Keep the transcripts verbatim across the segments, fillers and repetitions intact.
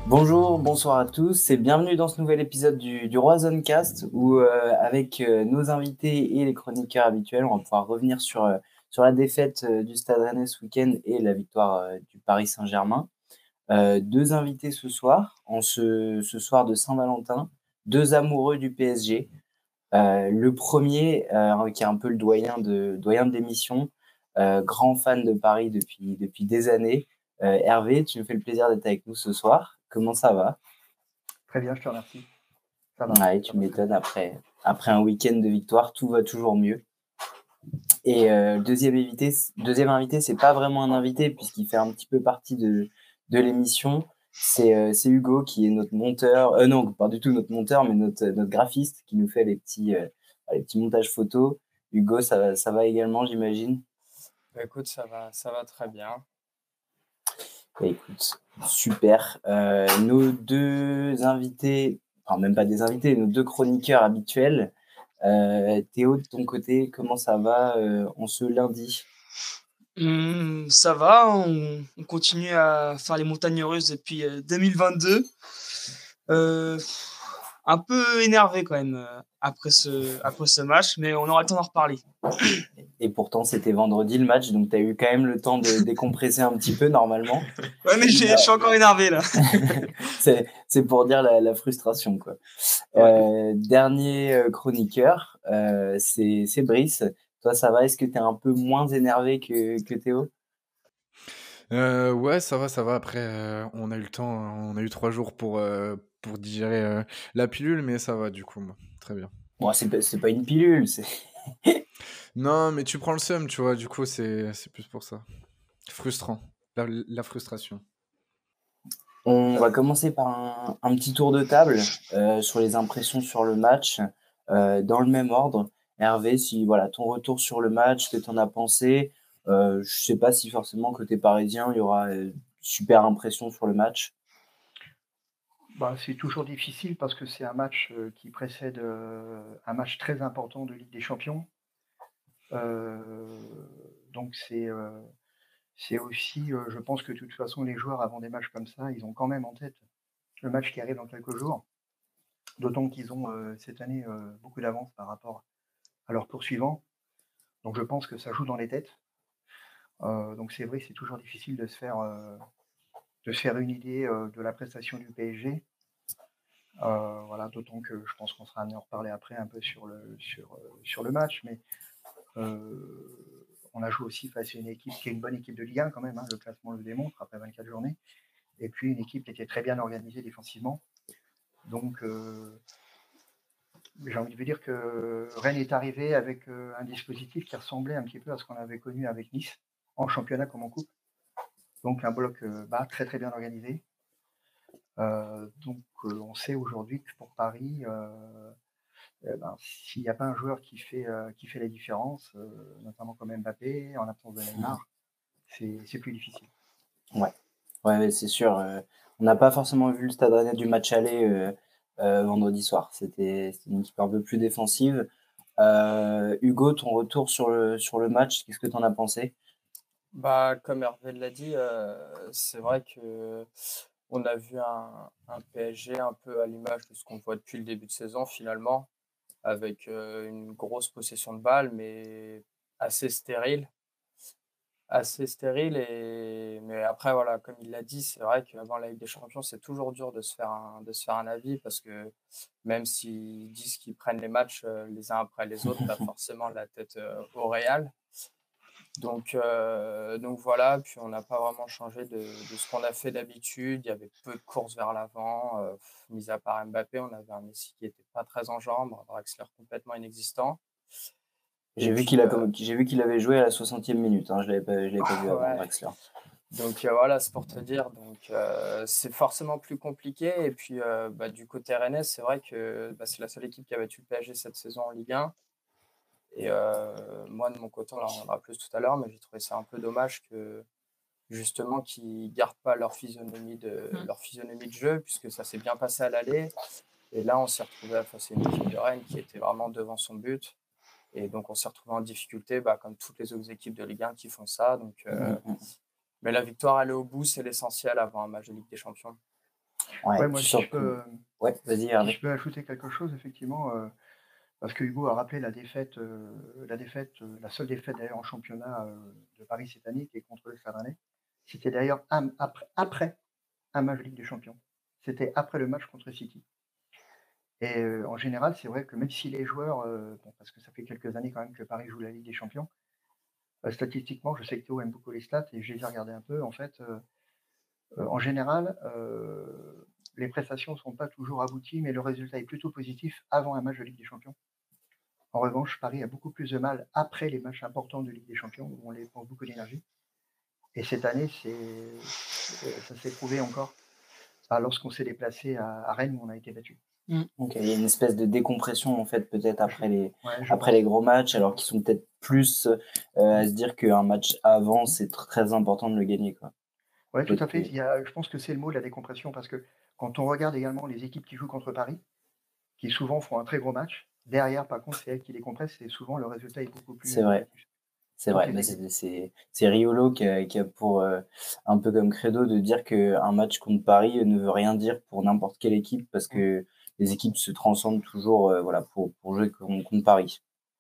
Bonjour, bonsoir à tous et bienvenue dans ce nouvel épisode du, du Roizoncast où euh, avec euh, nos invités et les chroniqueurs habituels, on va pouvoir revenir sur, euh, sur la défaite euh, du Stade Rennais ce week-end et la victoire euh, du Paris Saint-Germain. Euh, deux invités ce soir, en ce, ce soir de Saint-Valentin, deux amoureux du P S G. Euh, le premier, euh, qui est un peu le doyen de, doyen de l'émission, euh, grand fan de Paris depuis, depuis des années. Euh, Hervé, tu nous fais le plaisir d'être avec nous ce soir. Comment ça va? Très bien, je te remercie. Ça va, Ouais, ça tu va très m'étonnes, bien. après, après un week-end de victoire, tout va toujours mieux. Et euh, deuxième invité, deuxième invité, c'est pas vraiment un invité puisqu'il fait un petit peu partie de, de l'émission. C'est euh, c'est Hugo qui est notre monteur, euh, non, pas du tout notre monteur, mais notre, notre graphiste qui nous fait les petits, euh, les petits montages photos. Hugo, ça, va- ça va également, j'imagine. Bah, écoute, ça va, ça va très bien. Bah, écoute, super. Euh, nos deux invités, enfin même pas des invités, nos deux chroniqueurs habituels. Euh, Théo, de ton côté, comment ça va euh, en ce lundi? Mmh, ça va, on, on continue à faire les montagnes russes depuis euh, deux mille vingt-deux. Euh, un peu énervé quand même euh, après ce, après ce match, mais on aura le temps d'en reparler. Et pourtant, c'était vendredi le match, donc tu as eu quand même le temps de décompresser un petit peu normalement. Ouais, mais j'ai- je suis encore énervé là. C'est, c'est pour dire la, la frustration, quoi. Ouais. Euh, dernier euh, chroniqueur, euh, c'est, c'est Brice. Toi, ça va? Est-ce que tu es un peu moins énervé que, que Théo? Euh, ouais, ça va, ça va. Après, euh, on a eu le temps, on a eu trois jours pour, euh, pour digérer euh, la pilule, mais ça va du coup, moi. Très bien. Bon, c'est, pas- c'est pas une pilule, c'est... Non, mais tu prends le seum, tu vois, du coup, c'est, c'est plus pour ça. Frustrant. La, la frustration. On va commencer par un, un petit tour de table euh, sur les impressions sur le match, euh, dans le même ordre. Hervé, si voilà ton retour sur le match, que tu en as pensé. Euh, je sais pas si forcément côté parisien, il y aura euh, super impression sur le match. Bah, c'est toujours difficile parce que c'est un match euh, qui précède euh, un match très important de Ligue des Champions. Euh, donc c'est euh, c'est aussi, euh, je pense que de toute façon, les joueurs avant des matchs comme ça, ils ont quand même en tête le match qui arrive dans quelques jours. D'autant qu'ils ont euh, cette année euh, beaucoup d'avance par rapport à leurs poursuivants. Donc je pense que ça joue dans les têtes. Euh, donc c'est vrai que c'est toujours difficile de se faire, euh, de se faire une idée euh, de la prestation du P S G. Euh, voilà, d'autant que je pense qu'on sera amené à en reparler après un peu sur le, sur, euh, sur le match, mais euh, on a joué aussi face à une équipe qui est une bonne équipe de Ligue un quand même, hein, le classement le démontre après vingt-quatre journées, et puis une équipe qui était très bien organisée défensivement. Donc euh, j'ai envie de dire que Rennes est arrivé avec euh, un dispositif qui ressemblait un petit peu à ce qu'on avait connu avec Nice, en championnat comme en coupe. Donc un bloc euh, bas très très bien organisé. Euh, donc euh, on sait aujourd'hui que pour Paris, euh, eh ben, s'il n'y a pas un joueur qui fait, euh, qui fait la différence, euh, notamment comme Mbappé, en l'absence de Neymar, c'est, c'est plus difficile. Ouais, ouais, ouais, c'est sûr. Euh, on n'a pas forcément vu le Stade Rennais du match aller euh, euh, vendredi soir. C'était, c'était une équipe un peu plus défensive. Euh, Hugo, ton retour sur le sur le match, qu'est-ce que tu en as pensé? Bah, comme Hervé l'a dit, euh, c'est vrai que on a vu un, un P S G un peu à l'image de ce qu'on voit depuis le début de saison finalement, avec euh, une grosse possession de balle, mais assez stérile. Assez stérile et mais après voilà, comme il l'a dit, c'est vrai qu'avant la Ligue des Champions, c'est toujours dur de se faire un de se faire un avis parce que même s'ils disent qu'ils prennent les matchs, heu, les uns après les autres, tu as forcément la tête, heu, au Real. Donc heu, donc voilà, puis on n'a pas vraiment changé de de ce qu'on a fait d'habitude. Il y avait peu de courses vers l'avant, heu, mis à part Mbappé, on avait un Messi qui était pas très en jambes, un Draxler complètement inexistant et J'ai vu puis, qu'il a heu, comm- j'ai vu qu'il avait joué à la soixantième minute, hein. Je l'avais pas, je l'avais pas vu avant, ouais. Draxler. Donc, heu, voilà, c'est pour te dire, donc, heu, c'est forcément plus compliqué et puis, heu, bah, du côté rennais, c'est vrai que, bah, c'est la seule équipe qui a battu le P S G cette saison en Ligue un et heu, moi de mon côté, on en reviendra plus tout à l'heure, mais j'ai trouvé ça un peu dommage que, justement, qu'ils gardent pas leur physionomie de Mmh. leur physionomie de jeu puisque ça s'est bien passé à l'aller et là, on s'est retrouvé face à une équipe de Rennes qui était vraiment devant son but et donc on s'est retrouvé en difficulté, bah, comme toutes les autres équipes de Ligue un qui font ça donc, heu Mm, mm. mais la victoire, elle est au bout, c'est l'essentiel avant un match de Ligue des Champions. Ouais, Ouais, tu moi, si sens je que. peux, euh, Ouais, vas-y, si Hervé. je peux ajouter quelque chose, effectivement, euh, parce que Hugo a rappelé la défaite, euh, la défaite, euh, la seule défaite d'ailleurs en championnat euh, de Paris cette année, qui est contre le Stade Rennais. C'était d'ailleurs un- après, après un match de Ligue des Champions. C'était après le match contre City. Et euh, en général, c'est vrai que même si les joueurs, euh, bon, parce que ça fait quelques années quand même que Paris joue la Ligue des Champions, euh, statistiquement, je sais que Théo aime beaucoup les stats et je les ai regardés un peu. En fait, euh, euh, en général, euh, les prestations ne sont pas toujours abouties, mais le résultat est plutôt positif avant un match de Ligue des Champions. En revanche, Paris a beaucoup plus de mal après les matchs importants de Ligue des Champions, où on les dépense beaucoup d'énergie. Et cette année, c'est, c'est- ça s'est prouvé encore bah, lorsqu'on s'est déplacé à, à Rennes, où on a été battu. Donc il y a une espèce de décompression en fait peut-être Je, après les ouais, je après pense. les gros matchs, Je alors pense. qu'ils sont peut-être plus euh, à se dire qu'un match avant c'est tr- très important de le gagner quoi. Ouais, tout Peut-être à fait. que Il y a, je pense que c'est le mot de la décompression parce que quand on regarde également les équipes qui jouent contre Paris, qui souvent font un très gros match, derrière, par contre, c'est elles qui décompressent et souvent le résultat est beaucoup plus c'est vrai, négatif. c'est Toutes vrai. les Bah, équipes. c'est c'est c'est Riolo qui a, qui a pour euh, un peu comme credo de dire que un match contre Paris ne veut rien dire pour n'importe quelle équipe parce Mm. que les équipes se transcendent toujours euh, voilà pour pour jouer contre, contre Paris.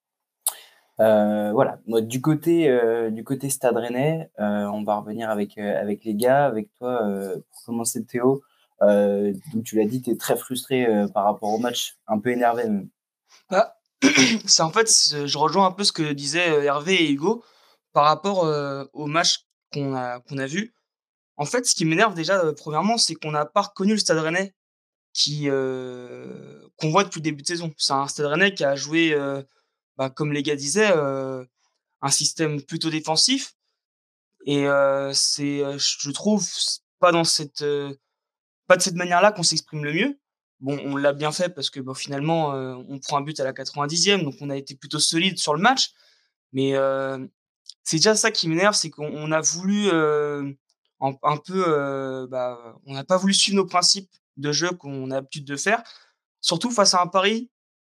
Euh, voilà. Moi, du côté, euh, du côté Stade Rennais, euh, on va revenir avec, euh, avec les gars, avec toi, euh, pour commencer, Théo. Euh, donc, tu l'as dit, tu es très frustré euh, par rapport au match, un peu énervé même. Bah, c'est en fait, c'est- je rejoins un peu ce que disaient euh, Hervé et Hugo par rapport euh, au match qu'on a, qu'on a vu. En fait, ce qui m'énerve déjà, euh, premièrement, c'est qu'on n'a pas reconnu le Stade Rennais qui, euh, qu'on voit depuis le début de saison. C'est un Stade Rennais qui a joué, euh, bah, comme les gars disaient, euh, un système plutôt défensif. Et euh, c'est, euh, je trouve, c'est pas dans cette, euh, pas de cette manière-là qu'on s'exprime le mieux. Bon, on l'a bien fait parce que bon, finalement, euh, on prend un but à la quatre-vingt-dixième, donc on a été plutôt solide sur le match. Mais euh, c'est déjà ça qui m'énerve, c'est qu'on on a voulu euh, un, un peu, euh, bah, on n'a pas voulu suivre nos principes de jeu qu'on a l'habitude de faire, surtout face à un Paris.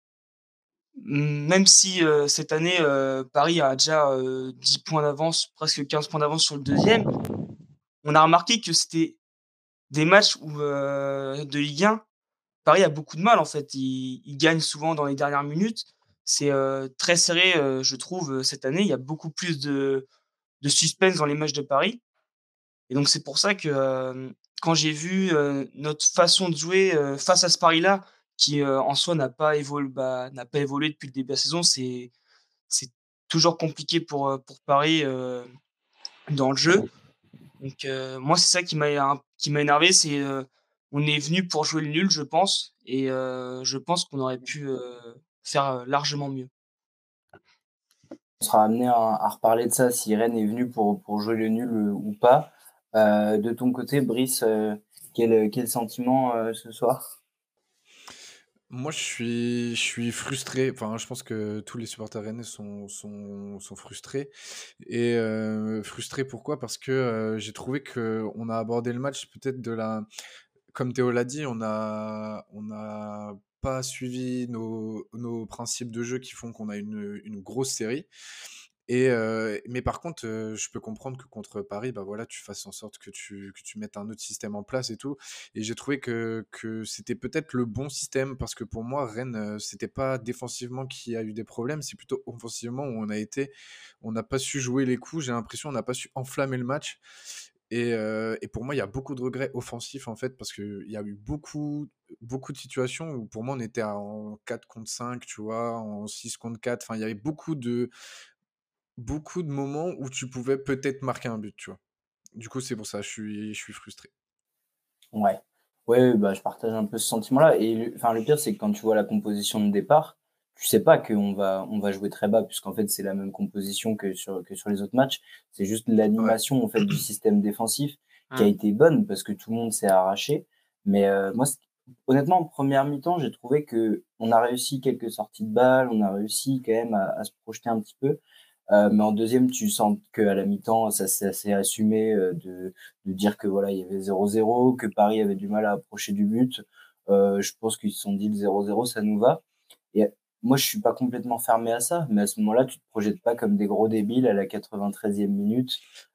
mm, Même si euh, cette année, euh, Paris a déjà euh, dix points d'avance, presque quinze points d'avance sur le deuxième, on a remarqué que c'était des matchs où, euh, de Ligue un. Paris a beaucoup de mal en fait. Ils, ils gagnent souvent dans les dernières minutes. C'est euh, très serré, euh, je trouve, euh, cette année. Il y a beaucoup plus de, de suspense dans les matchs de Paris. Et donc c'est pour ça que euh, quand j'ai vu euh, notre façon de jouer euh, face à ce Paris-là, qui euh, en soi n'a pas évolué, bah, n'a pas évolué depuis le début de la saison, c'est c'est toujours compliqué pour euh, pour Paris euh, dans le jeu. Donc euh, moi c'est ça qui m'a un- qui m'a énervé, c'est euh, on est venu pour jouer le nul, je pense, et euh, je pense qu'on aurait pu euh, faire euh, largement mieux. On sera amené à, à reparler de ça si Rennes est venu pour, pour jouer le nul euh, ou pas. Euh, de ton côté, Brice, euh, quel, quel sentiment euh, ce soir? Moi, je suis, je suis frustré. Enfin, je pense que tous les supporters rennais sont, sont, sont frustrés. Et euh, frustrés pourquoi? Parce que euh, j'ai trouvé que on a abordé le match peut-être de la, comme Théo l'a dit, on a, on a pas suivi nos, nos principes de jeu qui font qu'on a une, une grosse série. Et euh, mais par contre, euh, je peux comprendre que contre Paris, bah voilà, tu fasses en sorte que tu, que tu mettes un autre système en place et tout. Et j'ai trouvé que, que c'était peut-être le bon système parce que pour moi, Rennes, euh, c'était pas défensivement qui a eu des problèmes, c'est plutôt offensivement où on a été, on n'a pas su jouer les coups. J'ai l'impression on n'a pas su enflammer le match. Et, euh, et pour moi, il y a beaucoup de regrets offensifs en fait parce qu'il y a eu beaucoup, beaucoup de situations où pour moi on était en quatre contre cinq, tu vois, en six contre quatre. Enfin, il y avait beaucoup de beaucoup de moments où tu pouvais peut-être marquer un but, tu vois? Du coup, c'est pour ça, je suis je suis frustré. Ouais. Ouais, bah, je partage un peu ce sentiment-là. Et le, enfin, le pire, c'est que quand tu vois la composition de départ, tu sais pas qu'on va, on va jouer très bas, puisqu'en fait, c'est la même composition que sur, que sur les autres matchs. C'est juste Ouais. l'animation, en fait, du système défensif qui a Hein. été bonne parce que tout le monde s'est arraché. Mais, euh, moi, c'est- honnêtement, en première mi-temps, j'ai trouvé que on a réussi quelques sorties de balles, on a réussi quand même à, à se projeter un petit peu. Euh, mais en deuxième, tu sens qu'à la mi-temps, ça s'est assez assumé euh, de, de dire que voilà, il y avait zéro zéro, que Paris avait du mal à approcher du but. Euh, je pense qu'ils se sont dit le zéro zéro, ça nous va. Et moi, je suis pas complètement fermé à ça, mais à ce moment-là, tu te projettes pas comme des gros débiles à la quatre-vingt-treizième minute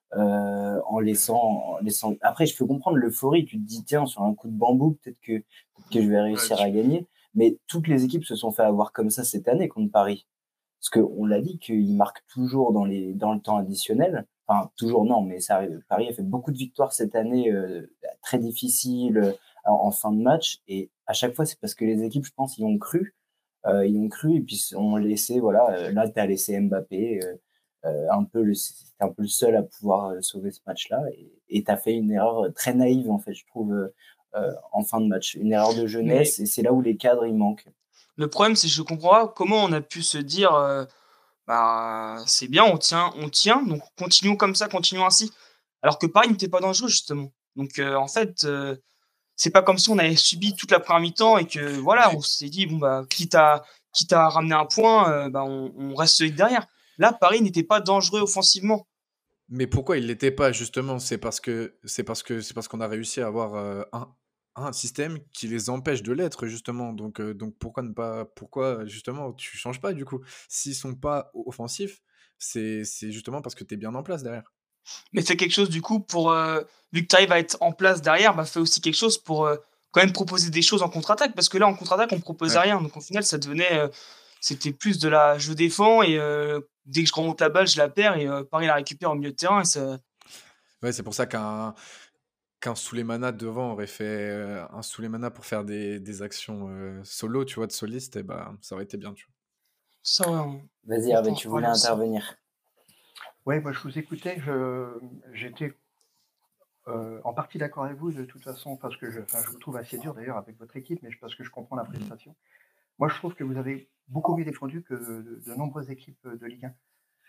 euh, en laissant, en laissant. Après, je peux comprendre l'euphorie. Tu te dis, tiens, sur un coup de bambou, peut-être que, peut-être que je vais réussir Ouais, à gagner. Mais toutes les équipes se sont fait avoir comme ça cette année contre Paris. Parce qu'on l'a dit qu'ils marquent toujours dans, les, dans le temps additionnel. Enfin, toujours non, mais ça arrive. Paris a fait beaucoup de victoires cette année, euh, très difficiles euh, en, en fin de match. Et à chaque fois, c'est parce que les équipes, je pense, y ont cru. Euh, ils ont cru et puis ont laissé, voilà, euh, là, tu as laissé Mbappé, euh, euh, un peu le, c'était un peu le seul à pouvoir euh, sauver ce match-là. Et tu as fait une erreur très naïve, en fait, je trouve, euh, euh, en fin de match. Une erreur de Mais jeunesse et c'est là où les cadres, ils manquent. le problème, c'est que je comprends pas comment on a pu se dire, euh, bah, c'est bien, on tient, on tient, donc continuons comme ça, continuons ainsi. Alors que Paris n'était pas dangereux, justement. Donc, euh, en fait, euh, c'est pas comme si on avait subi toute la première mi-temps et que, voilà, on mais, s'est dit, bon, bah, quitte à, quitte à ramener un point, euh, bah, on, on reste solide derrière. Là, Paris n'était pas dangereux offensivement. mais pourquoi il l'était pas justement? C'est parce que c'est parce que c'est parce qu'on a réussi à avoir euh, un, un système qui les empêche de l'être justement. Donc euh, donc pourquoi ne pas pourquoi justement tu changes pas du coup? S'ils sont pas offensifs, c'est c'est justement parce que tu es bien en place derrière. Mais fais quelque chose, du coup, pour, euh, vu que tu arrives à être en place derrière, bah, fais aussi quelque chose pour euh, quand même proposer des choses en contre-attaque. Parce que là, en contre-attaque, on proposait Ouais. rien. Donc, au final, ça devenait, euh, c'était plus de la, je défends et euh, dès que je remonte la balle, je la perds et euh, Paris la récupère au milieu de terrain. Et ça... Ouais, c'est pour ça qu'un qu'un Souleymana devant aurait fait euh, un Souleymana pour faire des, des actions euh, solo, tu vois, de soliste, et bah ça aurait été bien, tu vois. Ça, ouais, on, Vas-y, on Hervé, pourra tu reparler voulais aussi. intervenir. Ouais, moi je vous écoutais, je, j'étais euh, en partie d'accord avec vous de toute façon, parce que je, enfin, je vous trouve assez dur d'ailleurs avec votre équipe, mais je- parce que je comprends la prestation. Moi je trouve que vous avez beaucoup mieux défendu que de, de nombreuses équipes de Ligue un.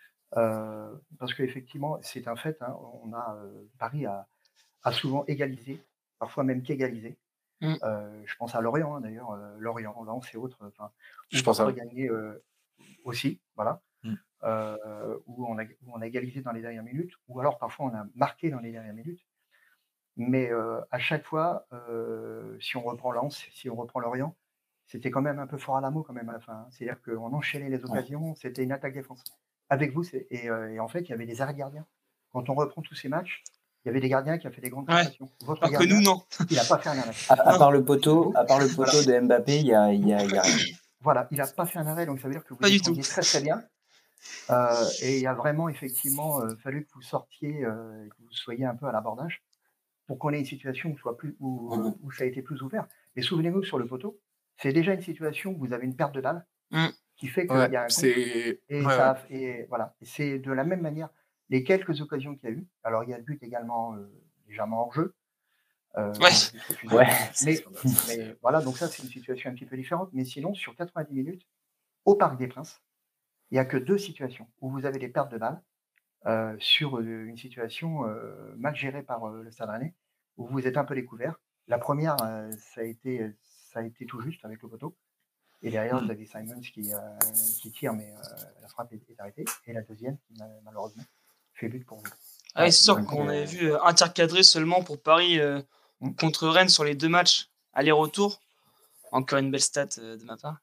Euh, parce qu'effectivement, c'est un fait, hein, on a, euh, Paris a, a souvent égalisé, parfois même qu'égalisé. Mm. Euh, je pense à Lorient, hein, d'ailleurs, euh, Lorient, Lens et autres, enfin, Je ou pense parfois à. gagné euh, aussi, voilà, Mm. euh, où, on a, où on a égalisé dans les dernières minutes, ou alors parfois on a marqué dans les dernières minutes. Mais euh, à chaque fois, euh, si on reprend Lens, si on reprend Lorient, c'était quand même un peu fort à l'amour quand même à la fin, hein. C'est-à-dire qu'on enchaînait les Ouais. occasions, c'était une attaque-défense. Avec vous, c'est, et, euh, et en fait, il y avait des arrêts de gardiens. Quand on reprend tous ces matchs, il y avait des gardiens qui ont fait des grandes Ouais. prestations. Votre Alors que nous, gardien, non. il n'a pas fait un arrêt. À, à Non. part le poteau, à part le Voilà. poteau de Mbappé, il y a, il y a, il y a rien. Voilà, il n'a pas fait un arrêt, donc ça veut dire que vous Pas du tout. défendiez très très bien. Euh, et il a vraiment effectivement euh, fallu que vous sortiez, euh, que vous soyez un peu à l'abordage pour qu'on ait une situation où, soit plus, où, Mhm. où ça a été plus ouvert. Et souvenez-vous que sur le poteau, c'est déjà une situation où vous avez une perte de balle Mm. qui fait qu'il Ouais, y a un contre. c'est. Et, Ouais, ça, ouais. a- et voilà. Et c'est de la même manière, les quelques occasions qu'il y a eu, alors il y a le but également euh, légèrement hors jeu, euh, Ouais. quand le but refusé. Ouais. C'est Mais, scandaleux, ça. mais voilà, donc ça c'est une situation un petit peu différente. Mais sinon, sur quatre-vingt-dix minutes, au Parc des Princes, il n'y a que deux situations où vous avez des pertes de balles euh, sur euh, une situation euh, mal gérée par euh, le Stade Rennais, où vous êtes un peu découvert. La première, euh, ça, a été, ça a été tout juste avec le poteau. Et derrière, vous Mm. avez Simons qui, euh, qui tire, mais euh, la frappe est, est arrêtée. Et la deuxième, qui malheureusement fait but pour vous. Ah, Ouais, c'est sûr donc, qu'on avait euh, vu euh, intercadré seulement pour Paris euh, Mm. contre Rennes sur les deux matchs aller-retour. Encore une belle stat euh, de ma part.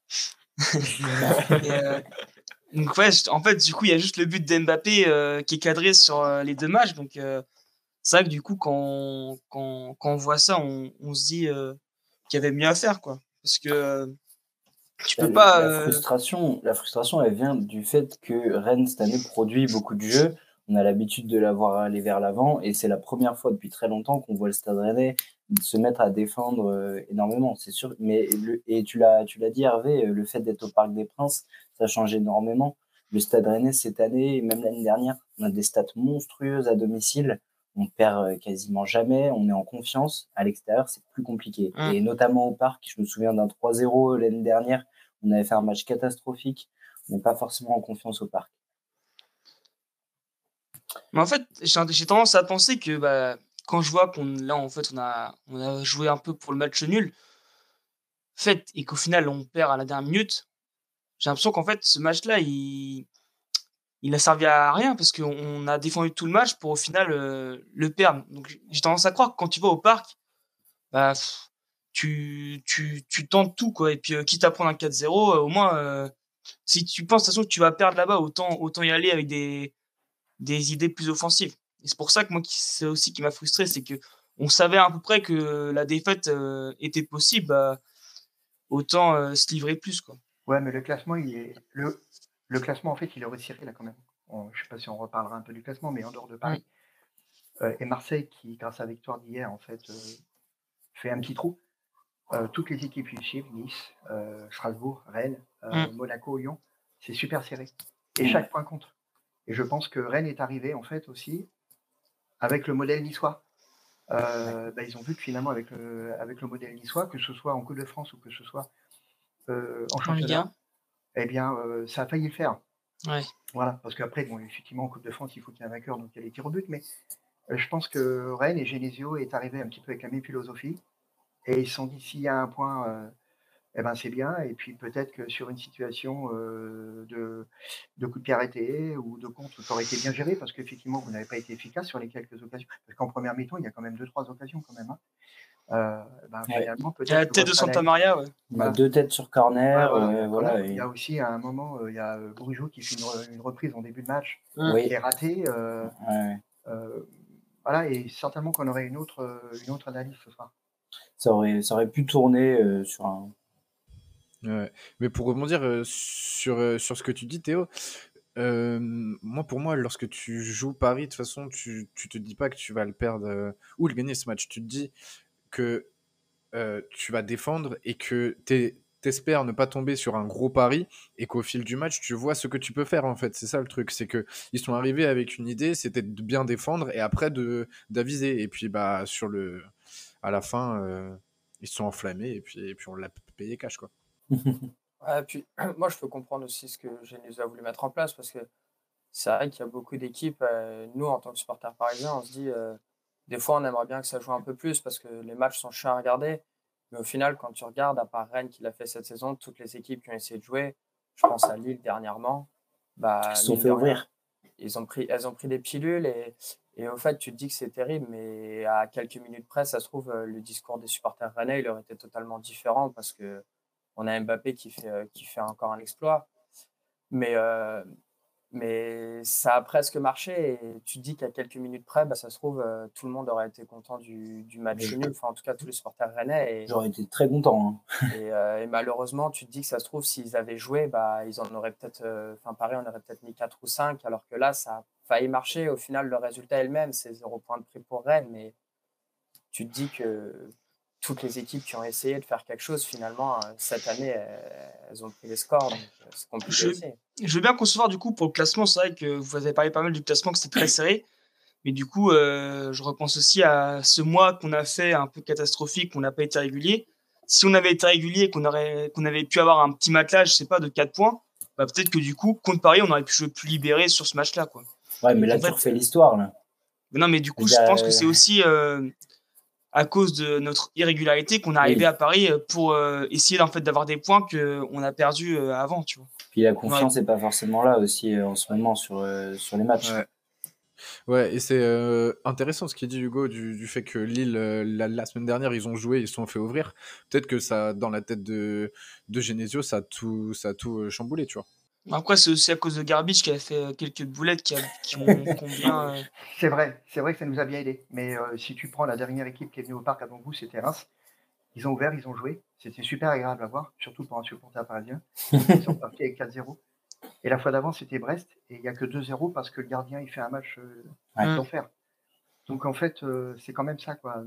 Et, euh, donc ouais, je- en fait, du coup, il y a juste le but d'Mbappé euh, qui est cadré sur euh, les deux matchs. Donc euh, c'est vrai que du coup, quand on, quand, quand on voit ça, on, on se dit euh, qu'il y avait mieux à faire, quoi. Parce que euh, tu La, peux pas. la euh, frustration, la frustration, elle vient du fait que Rennes, cette année, produit beaucoup de jeux. On a l'habitude de la voir aller vers l'avant et c'est la première fois depuis très longtemps qu'on voit le Stade Rennais se mettre à défendre euh, énormément, c'est sûr. Mais le, et tu l'as, tu l'as dit, Hervé, euh, le fait d'être au Parc des Princes, ça change énormément. Le Stade Rennais, cette année, et même l'année dernière, on a des stats monstrueuses à domicile. On perd euh, quasiment jamais, on est en confiance. À l'extérieur, c'est plus compliqué. hum. Et notamment au Parc, je me souviens d'un trois zéro l'année dernière. On avait fait un match catastrophique. On n'est pas forcément en confiance au Parc. Mais en fait, j'ai j'ai tendance à penser que bah, quand je vois qu'on là, en fait, on a, on a joué un peu pour le match nul, fait, et qu'au final, on perd à la dernière minute, j'ai l'impression qu'en fait, ce match-là, il, il a servi à rien parce qu'on on a défendu tout le match pour au final euh, le perdre. Donc j'ai tendance à croire que quand tu vas au parc, bah, pff, tu, tu, tu tentes tout, quoi. Et puis, euh, quitte à prendre un quatre zéro, euh, au moins, euh, si tu penses de toute façon que tu vas perdre là-bas, autant, autant y aller avec des, des idées plus offensives. Et c'est pour ça que moi, qui- c'est aussi qui m'a frustré, c'est que on savait à peu près que la défaite euh, était possible, bah, autant euh, se livrer plus, quoi. Ouais, mais le classement, il est le, le classement en fait, il est resserré là quand même. On- je sais pas si on reparlera un peu du classement, mais en dehors de Mm. Paris euh, et Marseille, qui grâce à la victoire d'hier en fait euh, fait un petit trou. Euh, toutes les équipes qui suivent, Nice, euh, Strasbourg, Rennes, euh, Mm. Monaco, Lyon, c'est super serré. Et Mm. chaque point compte. Et je pense que Rennes est arrivé en fait aussi avec le modèle niçois. Euh, bah, ils ont vu que finalement avec le, avec le modèle niçois, que ce soit en Coupe de France ou que ce soit euh, en En Ligue championnat, un. eh bien euh, ça a failli le faire. Ouais. Voilà, parce qu'après, bon, effectivement, en Coupe de France, il faut qu'il y ait un vainqueur, donc il y a les tirs au but, mais euh, je pense que Rennes et Genesio est arrivé un petit peu avec la même philosophie, et ils se sont dit, s'il y a un point, euh, eh ben c'est bien, et puis peut-être que sur une situation euh, de, de coup de pied arrêté ou de contre, ça aurait été bien géré, parce qu'effectivement, vous n'avez pas été efficace sur les quelques occasions, parce qu'en première mi-temps, il y a quand même deux, trois occasions quand même. Hein. Euh, ben, Ouais. finalement, Il y a la peut-être que tête de votre Santa analyse, Maria, ouais. Il y a voilà. deux têtes sur Ouais, corner. voilà, euh, il y a un voilà, corner. et- Il y a aussi à un moment, euh, il y a euh, Brujo qui fait une, re- une reprise en début de match, Oui. qui est ratée. euh, Ouais. euh, voilà, et certainement qu'on aurait une autre, euh, une autre analyse ce soir. Ça aurait, ça aurait pu tourner euh, sur un. Ouais. Mais pour rebondir euh, sur, euh, sur ce que tu dis, Théo, euh, moi, pour moi, lorsque tu joues Paris, de toute façon, tu, tu te dis pas que tu vas le perdre euh, ou le gagner ce match. Tu te dis que euh, tu vas défendre et que tu espères ne pas tomber sur un gros pari et qu'au fil du match, tu vois ce que tu peux faire en fait. C'est ça le truc, c'est que ils sont arrivés avec une idée, c'était de bien défendre et après de d'aviser. Et puis bah sur le, à la fin, euh, ils se sont enflammés et puis et puis on l'a payé cash quoi. Ouais, puis moi, je peux comprendre aussi ce que Genesio a voulu mettre en place parce que c'est vrai qu'il y a beaucoup d'équipes. euh, nous, en tant que supporters parisiens, on se dit euh, des fois, on aimerait bien que ça joue un peu plus parce que les matchs sont chiants à regarder. Mais au final, quand tu regardes, à part Rennes qui l'a fait cette saison, toutes les équipes qui ont essayé de jouer, je pense à Lille dernièrement, Ils bah, se sont mine fait de rien, ouvrir. ils ont pris, elles ont pris des pilules et, et au fait, tu te dis que c'est terrible, mais à quelques minutes près, ça se trouve, euh, le discours des supporters rennais, il aurait été totalement différent parce que on a Mbappé qui fait, euh, qui fait encore un exploit. Mais, euh, mais ça a presque marché et tu te dis qu'à quelques minutes près, bah, ça se trouve, euh, tout le monde aurait été content du, du match Mais nul, enfin en tout cas tous les supporters rennais. Et, J'aurais été très content. Hein. et, euh, et malheureusement, tu te dis que ça se trouve, s'ils avaient joué, bah, ils en auraient peut-être, euh, enfin Paris, on aurait peut-être mis quatre ou cinq, alors que là, ça a failli marcher. Au final, le résultat est le même, c'est zéro point de prix pour Rennes, mais tu te dis que toutes les équipes qui ont essayé de faire quelque chose, finalement, euh, cette année, elles, elles ont pris les scores, donc euh, c'est compliqué Je, aussi. je veux bien concevoir du coup pour le classement, c'est vrai que vous avez parlé pas mal du classement, que c'était très serré. Mais du coup, euh, je repense aussi à ce mois qu'on a fait un peu catastrophique, qu'on n'a pas été régulier. Si on avait été régulier, qu'on aurait, qu'on avait pu avoir un petit matelas, je sais pas, de quatre points, bah peut-être que du coup, contre Paris, on aurait pu jouer plus libéré sur ce match-là, quoi. Ouais, mais Et là, en tu fait, refais l'histoire. Là. mais non, mais du coup, Je je veux dire, pense que c'est euh, aussi euh, à cause de notre irrégularité qu'on est arrivé Oui. à Paris euh, pour euh, essayer en fait d'avoir des points qu'on a perdus euh, avant, tu vois. Puis la On aurait- confiance n'est pas forcément là aussi euh, en ce moment sur, euh, sur les matchs. Ouais. Ouais, et c'est euh, intéressant ce qu'il dit Hugo du, du fait que Lille, euh, la, la semaine dernière, ils ont joué, ils se sont fait ouvrir. Peut-être que ça, dans la tête de, de Genesio, ça a tout, ça a tout euh, chamboulé, tu vois. Après, c'est aussi à cause de Garbage qui a fait euh, quelques boulettes qui, a, qui ont, qui ont bien. euh, C'est vrai, c'est vrai que ça nous a bien aidé. Mais euh, si tu prends la dernière équipe qui est venue au parc avant vous, c'était Reims. Ils ont ouvert, ils ont joué. C'était super agréable à voir, surtout pour un supporter parisien. Ils sont partis avec quatre zéro. Et la fois d'avant, c'était Brest. Et il n'y a que deux zéro parce que le gardien, il fait un match euh, Ouais. d'enfer. Donc en fait, euh, c'est quand même ça, quoi.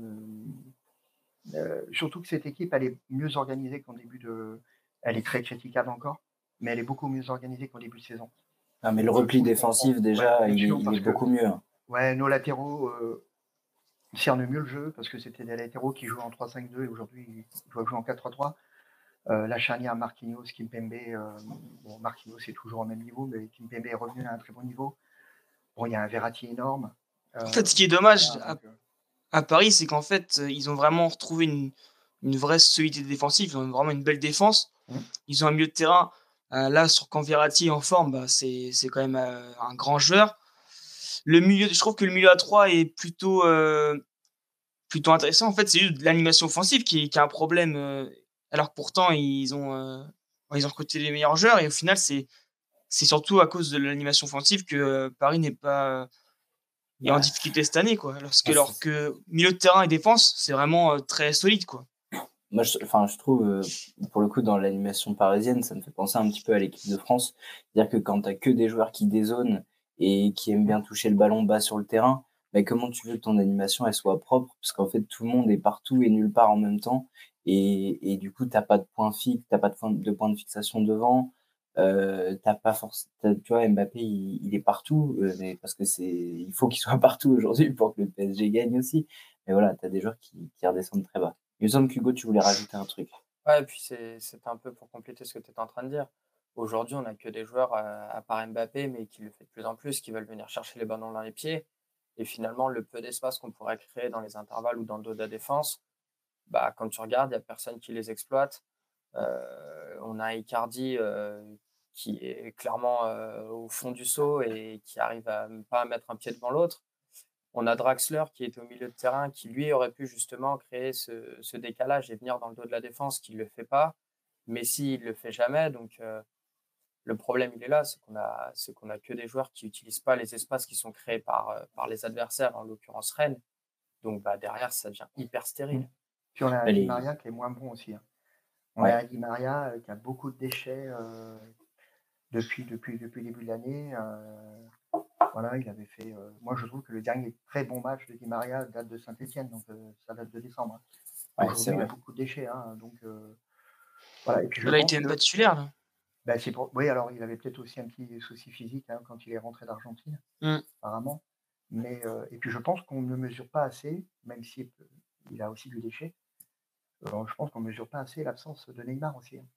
Euh, euh, surtout que cette équipe, elle est mieux organisée qu'en début de. Elle est très critiquable encore, mais elle est beaucoup mieux organisée qu'en début de saison. Ah, mais le Je repli trouve qu'on- défensif, on- déjà, ouais, bien il, est, sûr, il parce est que- beaucoup mieux. hein. Ouais, nos latéraux euh, cernent mieux le jeu parce que c'était des latéraux qui jouaient en trois cinq deux et aujourd'hui ils doivent jouer en quatre trois trois. Euh, la charnière Marquinhos, Kimpembe, euh, bon, Marquinhos c'est toujours au même niveau, mais Kimpembe est revenu à un très bon niveau. Bon, il y a un Verratti énorme. Euh, En fait, ce qui est dommage voilà, à, donc, euh, à Paris, c'est qu'en fait, euh, ils ont vraiment retrouvé une, une vraie solidité défensive. Ils ont vraiment une belle défense. Mhm. Ils ont un milieu de terrain. Euh, là, sur quand Verratti est en forme, bah, c'est c'est quand même euh, un grand joueur. Le milieu, je trouve que le milieu à trois est plutôt, euh, plutôt intéressant. En fait, c'est juste l'animation offensive qui, est- qui a un problème. euh, alors que pourtant, ils ont, euh, ils ont recruté les meilleurs joueurs. Et au final, c'est c'est surtout à cause de l'animation offensive que euh, Paris n'est pas est en Bah, difficulté cette année, quoi. Lorsque, moi, alors c'est- que milieu de terrain et défense, c'est vraiment euh, très solide, quoi. moi, je, enfin, je trouve, euh, pour le coup, dans l'animation parisienne, ça me fait penser un petit peu à l'équipe de France. C'est-à-dire que quand t'as que des joueurs qui dézonent et qui aiment bien toucher le ballon bas sur le terrain, bah, comment tu veux que ton animation elle soit propre? Parce qu'en fait, tout le monde est partout et nulle part en même temps. Et, et du coup, t'as pas de point fixe, t'as pas de point de, point de fixation devant. Euh, t'as pas force, t'as- tu vois, Mbappé, il, il est partout, euh, mais parce que c'est, il faut qu'il soit partout aujourd'hui pour que le P S G gagne aussi. Mais voilà, t'as des joueurs qui, qui redescendent très bas. Il me semble qu'Hugo, tu voulais rajouter un truc. Ouais, et puis c'est c'était un peu pour compléter ce que tu étais en train de dire. Aujourd'hui, on n'a que des joueurs, euh, à part Mbappé, mais qui le fait de plus en plus, qui veulent venir chercher les ballons dans les pieds. Et finalement, le peu d'espace qu'on pourrait créer dans les intervalles ou dans le dos de la défense, bah, quand tu regardes, il n'y a personne qui les exploite. Euh, on a Icardi euh, qui est clairement euh, au fond du seau et qui arrive à même pas à mettre un pied devant l'autre. On a Draxler qui est au milieu de terrain, qui lui aurait pu justement créer ce, ce décalage et venir dans le dos de la défense, qui ne le fait pas. Messi, il ne le fait jamais. Donc, euh, le problème, il est là, c'est qu'on a, c'est qu'on a que des joueurs qui n'utilisent pas les espaces qui sont créés par, euh, par les adversaires, en l'occurrence Rennes. Donc, bah, derrière, ça devient hyper stérile. Puis on a un Elle Di est... Maria qui est moins bon aussi, hein. On a Ouais. un Di Maria euh, qui a beaucoup de déchets euh, depuis, depuis, depuis le début de l'année. euh, Voilà, il avait fait. euh, moi, je trouve que le dernier très bon match de Di Maria date de Saint-Etienne, donc euh, ça date de décembre, hein. Ouais, c'est Aujourd'hui, il a vrai. beaucoup de déchets, hein, donc euh, voilà. Et puis je Là, il pense était même pas que. titulaire, là. Ben, c'est pour... Oui, alors il avait peut-être aussi un petit souci physique, hein, quand il est rentré d'Argentine, Mm. apparemment. Mais euh, et puis je pense qu'on ne mesure pas assez, même si euh, il a aussi du déchet. euh, je pense qu'on ne mesure pas assez l'absence de Neymar aussi, hein,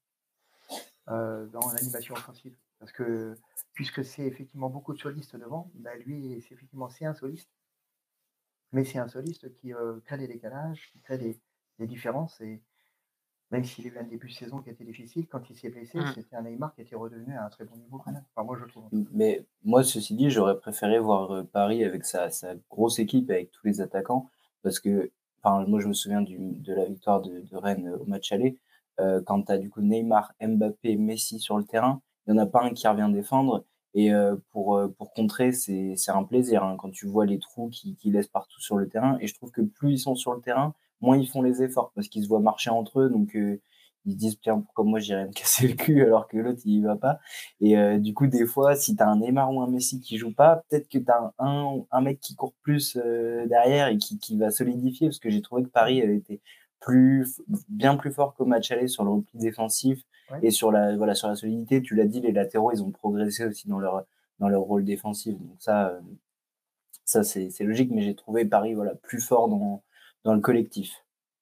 euh, dans l'animation offensive. Parce que puisque c'est effectivement beaucoup de solistes devant, ben lui, c'est effectivement c'est un soliste, mais c'est un soliste qui euh, crée des décalages, qui crée des, des différences. Et même s'il a eu un début de saison qui était difficile, quand il s'est blessé, Mm. c'était un Neymar qui était redevenu à un très bon niveau quand même. Enfin, moi, je trouve. En tout cas. Mais moi, ceci dit, j'aurais préféré voir euh, Paris avec sa, sa grosse équipe, avec tous les attaquants, parce que, enfin, moi, je me souviens du, de la victoire de, de Rennes euh, au match aller, euh, quand tu as du coup Neymar, Mbappé, Messi sur le terrain, il n'y en a pas un qui revient défendre, et euh, pour, euh, pour contrer, c'est, c'est un plaisir, hein, quand tu vois les trous qu'ils qui laissent partout sur le terrain, et je trouve que plus ils sont sur le terrain, moins ils font les efforts, parce qu'ils se voient marcher entre eux, donc euh, ils se disent, tiens, pourquoi moi j'irais me casser le cul alors que l'autre il y va pas. Et euh, du coup, des fois, si tu as un Neymar ou un Messi qui joue pas, peut-être que tu as un, un mec qui court plus euh, derrière et qui, qui va solidifier, parce que j'ai trouvé que Paris avait été plus, bien plus fort qu'au match aller sur le repli défensif Ouais. et sur la, voilà, sur la solidité. Tu l'as dit, les latéraux, ils ont progressé aussi dans leur, dans leur rôle défensif. Donc ça, euh, ça c'est, c'est logique, mais j'ai trouvé Paris voilà, plus fort dans, dans le collectif.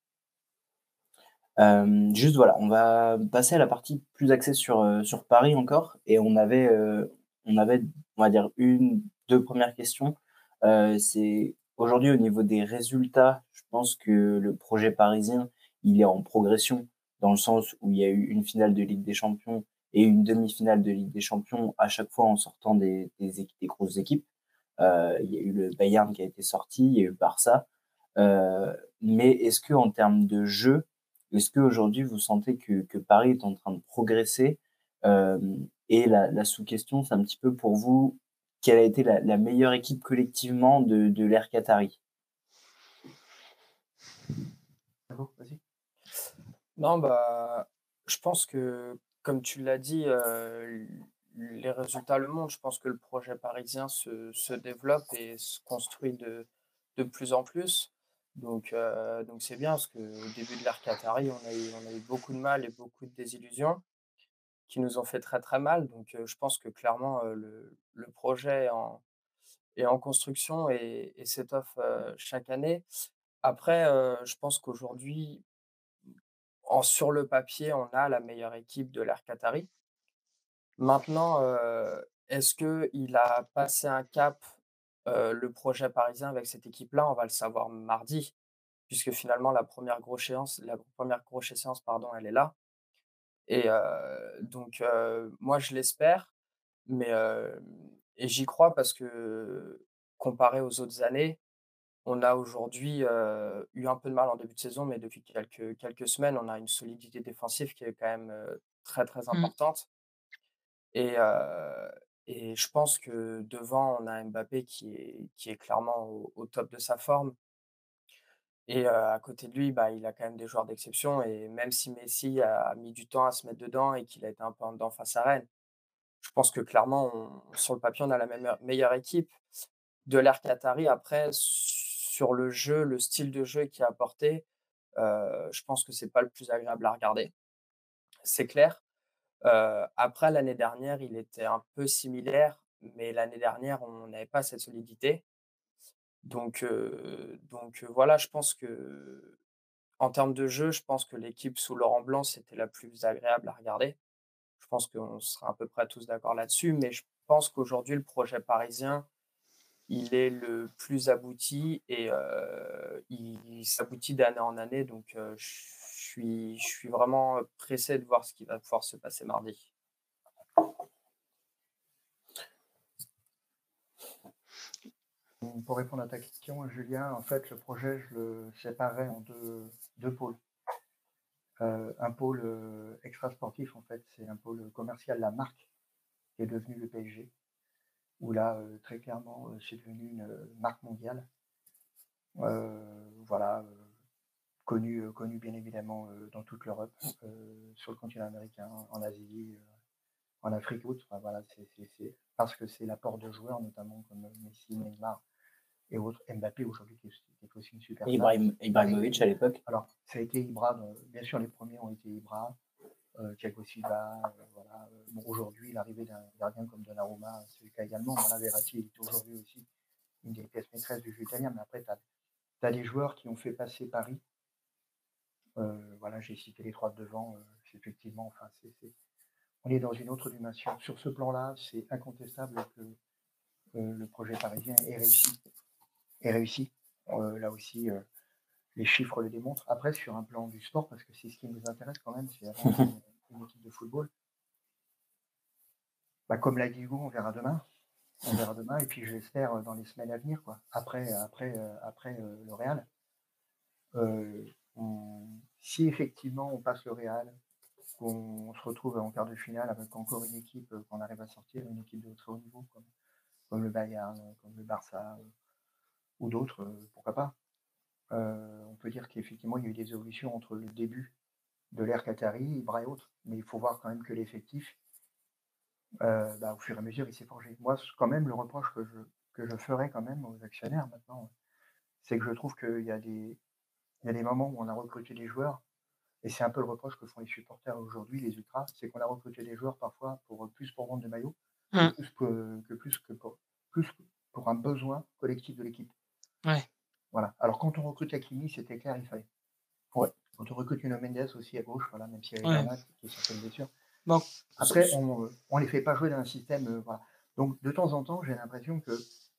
Euh, juste voilà, on va passer à la partie plus axée sur, euh, sur Paris encore. Et on avait, euh, on avait, on va dire, une, deux premières questions. Euh, c'est aujourd'hui au niveau des résultats, je pense que le projet parisien, il est en progression dans le sens où il y a eu une finale de Ligue des Champions et une demi-finale de Ligue des Champions à chaque fois en sortant des, des, équipes, des grosses équipes. Euh, il y a eu le Bayern qui a été sorti, il y a eu le Barça. Euh, mais est-ce que en termes de jeu, est-ce qu'aujourd'hui, vous sentez que, que Paris est en train de progresser? Euh, et la, la sous-question, c'est un petit peu pour vous, quelle a été la, la meilleure équipe collectivement de, de l'ère Qatari? Vas-y. Non, bah, je pense que, comme tu l'as dit, euh, les résultats le montrent. Je pense que le projet parisien se, se développe et se construit de, de plus en plus. Donc, euh, donc c'est bien parce qu'au début de l'ère Qatari, on a eu, on a eu beaucoup de mal et beaucoup de désillusions qui nous ont fait très très mal. Donc, euh, je pense que clairement, euh, le, le projet est en, est en construction et, et s'étoffe euh, chaque année. Après, euh, je pense qu'aujourd'hui, en, sur le papier, on a la meilleure équipe de l'ère Qatari. Maintenant, heu, est-ce qu'il a passé un cap, heu, le projet parisien avec cette équipe-là? On va le savoir mardi, puisque finalement la première grosse échéance la première grosse échéance, pardon, elle est là et heu, donc heu, moi je l'espère, mais hem et j'y crois parce que, comparé aux autres années, on a aujourd'hui, heu, eu un peu de mal en début de saison, mais depuis quelques quelques semaines, on a une solidité défensive qui est quand même, heu, très, très Mm. importante et heu Et je pense que devant, on a Mbappé qui est qui est clairement au au top de sa forme et heu, à côté de lui, bah, il a quand même des joueurs d'exception et même si Messi a mis du temps à se mettre dedans et qu'il a été un peu en dedans face à Rennes, je pense que clairement, on sur le papier, on a la même meilleure équipe. De l'ère qatari, après, sur le jeu, le style de jeu qui est apporté, heu, je pense que c'est pas le plus agréable à regarder, c'est clair. Heu, après l'année dernière, il était un peu similaire, mais l'année dernière, on n'avait pas cette solidité. Donc heu, donc heu, voilà, je pense que en termes de jeu, je pense que l'équipe sous Laurent Blanc, c'était la plus agréable à regarder. Je pense qu'on sera à peu près tous d'accord là-dessus, mais je pense qu'aujourd'hui, le projet parisien, il est le plus abouti et heu, il il s'aboutit d'année en année, donc heu, je suis je suis vraiment, pressé de voir ce qui va pouvoir se passer mardi. Pour répondre à ta question, Julien, en fait, le projet, je le séparais en deux, deux pôles. Euh, un pôle euh, extra-sportif, en fait, c'est un pôle commercial, la marque, qui est devenue le P S G, où là, euh, très clairement, euh, c'est devenu une euh, marque mondiale. Euh, voilà, euh, connue euh, connu bien évidemment euh, dans toute l'Europe, euh, sur le continent américain, en Asie, euh, en Afrique autre. Enfin, voilà, c'est, c'est, c'est parce que c'est l'apport de joueurs, notamment comme Messi, Neymar et autres, Mbappé aujourd'hui qui est, qui est aussi une superstar. Ibrahim, Ibrahimovic à l'époque. Alors, ça a été Ibra, euh, bien sûr les premiers ont été Ibra, euh, Thiago Silva, euh, voilà. Bon, aujourd'hui, l'arrivée d'un gardien comme Donnarumma, c'est le cas également. Voilà, Verratti est aujourd'hui aussi une des pièces maîtresses du jeu italien, mais après, tu as des joueurs qui ont fait passer Paris. Euh, voilà, j'ai cité les trois de devant, euh, effectivement, enfin, c'est, c'est, on est dans une autre dimension. Sur ce plan-là, c'est incontestable que euh, le projet parisien est réussi. Est réussi. Euh, là aussi, euh, les chiffres le démontrent. Après, sur un plan du sport, parce que c'est ce qui nous intéresse quand même, c'est avant une, une équipe de football. Bah, comme l'a dit Hugo, on verra demain. On verra demain, et puis je l'espère dans les semaines à venir, quoi. Après, après, euh, après euh, le Real. Euh, on, si effectivement on passe le Real, qu'on se retrouve en quart de finale avec encore une équipe euh, qu'on arrive à sortir, une équipe de très haut niveau, comme, comme le Bayern, comme le Barça euh, ou d'autres, euh, pourquoi pas. Euh, on peut dire qu'effectivement il y a eu des évolutions entre le début de l'ère Qatari, Ibra et autres, mais il faut voir quand même que l'effectif, euh, bah, au fur et à mesure, il s'est forgé. Moi, quand même, le reproche que je, que je ferai quand même aux actionnaires maintenant, c'est que je trouve qu'il y a des, il y a des moments où on a recruté des joueurs, et c'est un peu le reproche que font les supporters aujourd'hui, les ultras, c'est qu'on a recruté des joueurs parfois pour plus pour vendre des maillots que Hum, plus que, que plus que pour plus pour un besoin collectif de l'équipe. Ouais. Voilà. Alors quand on recrute Hakimi, c'était clair, il fallait. Ouais. Quand on recrute Nuno Mendes aussi à gauche, voilà, même s'il y avait Ouais. Bernat qui est certaines blessures. Bon, Après, on ne les fait pas jouer dans un système. Euh, voilà. Donc de temps en temps, j'ai l'impression que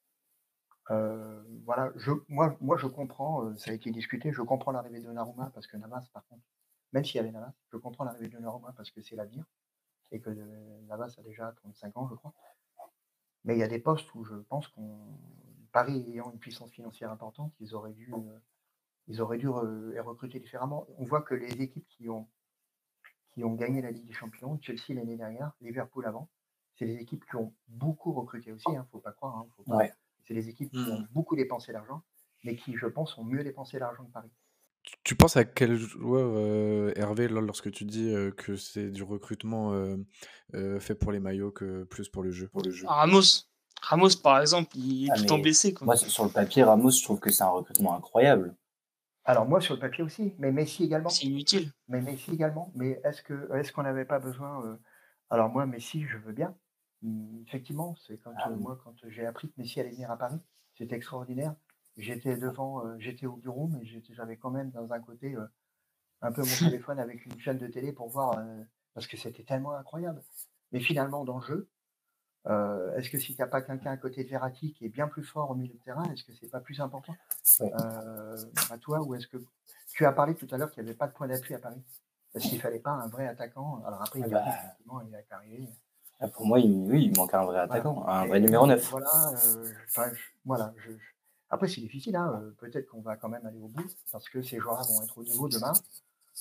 euh, voilà, je, moi, moi je comprends, euh, ça a été discuté, je comprends l'arrivée de Donnarumma parce que Navas, par contre, même s'il y avait Navas, je comprends l'arrivée de Donnarumma parce que c'est l'avenir et que euh, Navas a déjà trente-cinq ans, je crois. Mais il y a des postes où je pense qu'on Paris ayant une puissance financière importante, ils auraient dû, euh, ils auraient dû re- les recruter différemment. On voit que les équipes qui ont qui ont gagné la Ligue des Champions, Chelsea l'année dernière, Liverpool avant, c'est des équipes qui ont beaucoup recruté aussi, il hein, ne faut pas croire. Hein, faut pas... Ouais. C'est des équipes qui ont Hmm. beaucoup dépensé d'argent, mais qui, je pense, ont mieux dépensé l'argent que Paris. Tu, tu penses à quel joueur, euh, Hervé, là, lorsque tu dis euh, que c'est du recrutement euh, euh, fait pour les maillots que plus pour le jeu? Pour le jeu. Ramos. Ramos, par exemple, il est Ah, tout le temps mais blessé. Quoi. moi, sur sur le papier, Ramos, je trouve que c'est un recrutement incroyable. Alors moi, sur le papier aussi, mais Messi également. C'est inutile. Mais Messi également. Mais est-ce que est-ce qu'on n'avait pas besoin euh... Alors moi, Messi, je veux bien. Hum, effectivement, c'est quand Ah euh, oui. moi, quand j'ai appris que Messi allait venir à Paris, c'était extraordinaire. J'étais devant, euh, j'étais au bureau, mais j'étais- j'avais quand même dans un côté euh, un peu mon téléphone avec une chaîne de télé pour voir, euh, parce que c'était tellement incroyable. Mais finalement, dans le jeu, euh, est-ce que si tu n'as pas quelqu'un à côté de Verratti qui est bien plus fort au milieu de terrain, est-ce que c'est pas plus important Ouais. euh, à toi, ou est-ce que tu as parlé tout à l'heure qu'il n'y avait pas de point d'appui à Paris parce qu'il ne fallait pas un vrai attaquant. Alors après, il Ah y a bah, effectivement, il est arrivé. ah, pour moi, il, oui, il manque un vrai Voilà. attaquant, un Et vrai numéro donc, neuf. voilà, euh, enfin, je- voilà je- je- après, c'est difficile. Hein, euh, peut-être qu'on va quand même aller au bout parce que ces joueurs-là vont être au niveau demain.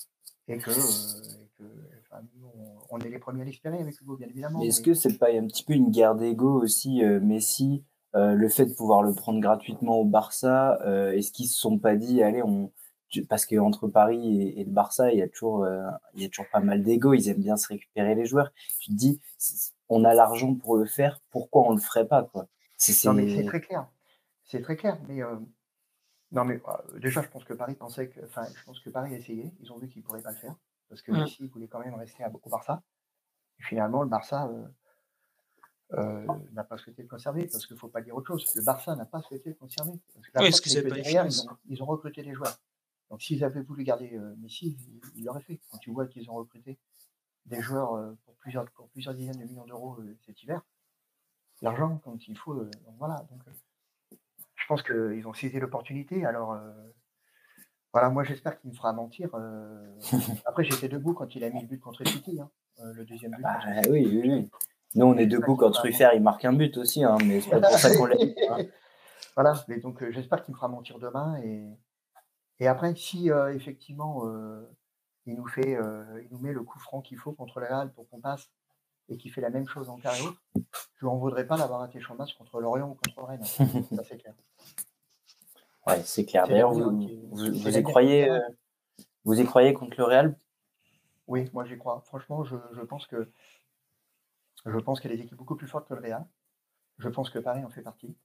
et que, euh, et que enfin, nous, on, on est les premiers à l'espérer avec Hugo, bien évidemment. Mais est-ce Mais que c'est pas un petit peu une guerre d'ego aussi, euh, Messi, euh, le fait de pouvoir le prendre gratuitement au Barça, euh, est-ce qu'ils se sont pas dit, allez, on, tu- parce que entre Paris et, et le Barça, il y a toujours, euh, il y a toujours pas mal d'ego, ils aiment bien se récupérer les joueurs. Tu te dis, c'est- on a l'argent pour le faire, pourquoi on le ferait pas, quoi? C'est, non, mais c'est c'est, très clair. C'est très clair. Mais euh, non, mais euh, déjà, je pense que Paris pensait que, enfin, je pense que Paris a essayé. Ils ont vu qu'ils pourraient pas le faire parce que Mm. Messi voulait quand même rester à- au Barça. Et finalement, le Barça euh, euh, n'a pas souhaité le conserver parce qu'il faut pas dire autre chose. Le Barça n'a pas souhaité le conserver parce que la Oui, preuve, parce que c'est c'est que pas les derrière, ils finances. ont, ils ont recruté des joueurs. Donc, s'ils avaient voulu garder euh, Messi, ils ils l'auraient fait. Quand tu vois qu'ils ont recruté des joueurs euh, pour plusieurs pour plusieurs dizaines de millions d'euros euh, cet hiver, l'argent quand il faut. euh, donc voilà. Donc, euh, je pense qu'ils ont saisi l'opportunité. Alors euh, voilà, moi j'espère qu'il me fera mentir. euh, Après, j'étais debout quand il a mis le but contre City, hein, euh, le deuxième but ah, contre City. oui, oui, oui. Nous, on est J'espère debout qu'il me quand fera Truffert, il marque un but aussi, hein, mais c'est pas pour ça qu'on l'aime, hein. Voilà, mais donc euh, j'espère qu'il me fera mentir demain. Et, et après, si euh, effectivement euh, il nous fait, euh, il nous met le coup franc qu'il faut contre le Real pour qu'on passe et qu'il fait la même chose en quart et autre, je n'en voudrais pas d'avoir raté son match contre Lorient ou contre Rennes. Ça c'est clair. Ouais, c'est clair. C'est les D'ailleurs, deux, hein, vous, qui, vous, c'est vous y l'aile derrière le croyez, euh, terrain. vous y croyez contre le Real? Oui, moi j'y crois. Franchement, je, je pense que je pense qu'il y a des équipes beaucoup plus fortes que le Real. Je pense que Paris en fait partie.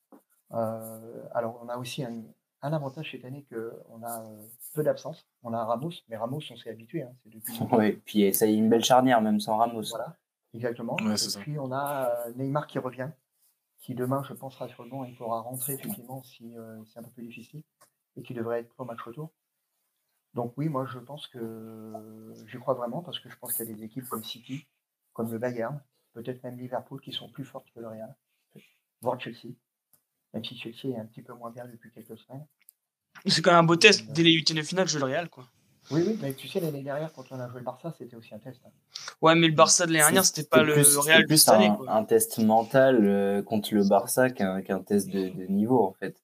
Euh, alors on a aussi un, un avantage cette année qu'on a euh, peu d'absence. On a Ramos, mais Ramos on s'est habitué, hein, c'est depuis le début. Oui, puis ça y est, une belle charnière, même sans Ramos. Voilà, exactement. Ouais, Et c'est ça. puis on a euh, Neymar qui revient, qui demain je pense sera sur le banc et pourra rentrer effectivement si euh, c'est un peu plus difficile et qui devrait être prêt au match retour. Donc oui, moi je pense que j'y crois vraiment parce que je pense qu'il y a des équipes comme City, comme le Bayern, peut-être même Liverpool qui sont plus fortes que le Real, voire Chelsea, même si Chelsea est un petit peu moins bien depuis quelques semaines. C'est quand même un beau test. Euh, Dès les huitièmes de finale, je joue le Real, quoi. Oui, oui, mais tu sais, l'année dernière, quand on a joué le Barça, c'était aussi un test, hein. Ouais, mais le Barça de l'année dernière, c'était pas C'était le plus, c'était Real de plus cette année, un, quoi. un test mental euh, contre le Ça, Barça qu'un qu'un test de, de niveau, en fait.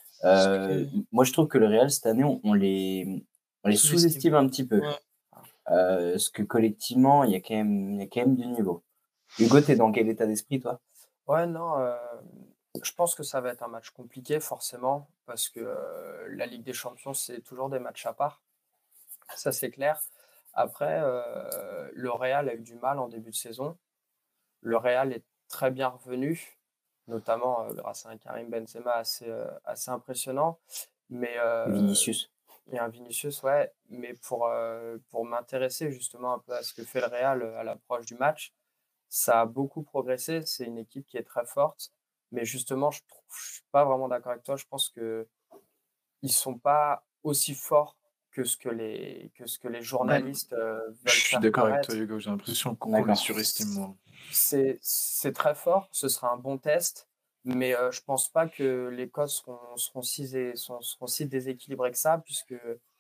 Euh, C'était moi, je trouve que le Real, cette année, on, on les, on les sous-estimé. sous-estime un petit peu. Ouais. Euh, parce que collectivement, il y a quand même, il y a quand même du niveau. Hugo, t'es dans quel état d'esprit, toi? Ouais, non, euh, je pense que ça va être un match compliqué, forcément, parce que euh, la Ligue des Champions, c'est toujours des matchs à part. Ça, c'est clair. Après, euh, le Real a eu du mal en début de saison. Le Real est très bien revenu, notamment euh, grâce à un Karim Benzema assez, euh, assez impressionnant. Mais euh, Vinicius. et un Vinicius, ouais. Mais pour, euh, pour m'intéresser justement un peu à ce que fait le Real euh, à l'approche du match, ça a beaucoup progressé. C'est une équipe qui est très forte. Mais justement, je trouve, je suis pas vraiment d'accord avec toi. Je pense que ils sont pas aussi forts que ce que les, que ce que les ben, journalistes euh, Je veulent suis faire d'accord avec toi, paraître. Hugo. J'ai l'impression qu'on les D'accord. surestime, moi. C'est, c'est très fort, ce sera un bon test, mais euh, je pense pas que l'Écosse seront, seront, si, dé- sont- seront si déséquilibrés que ça, puisque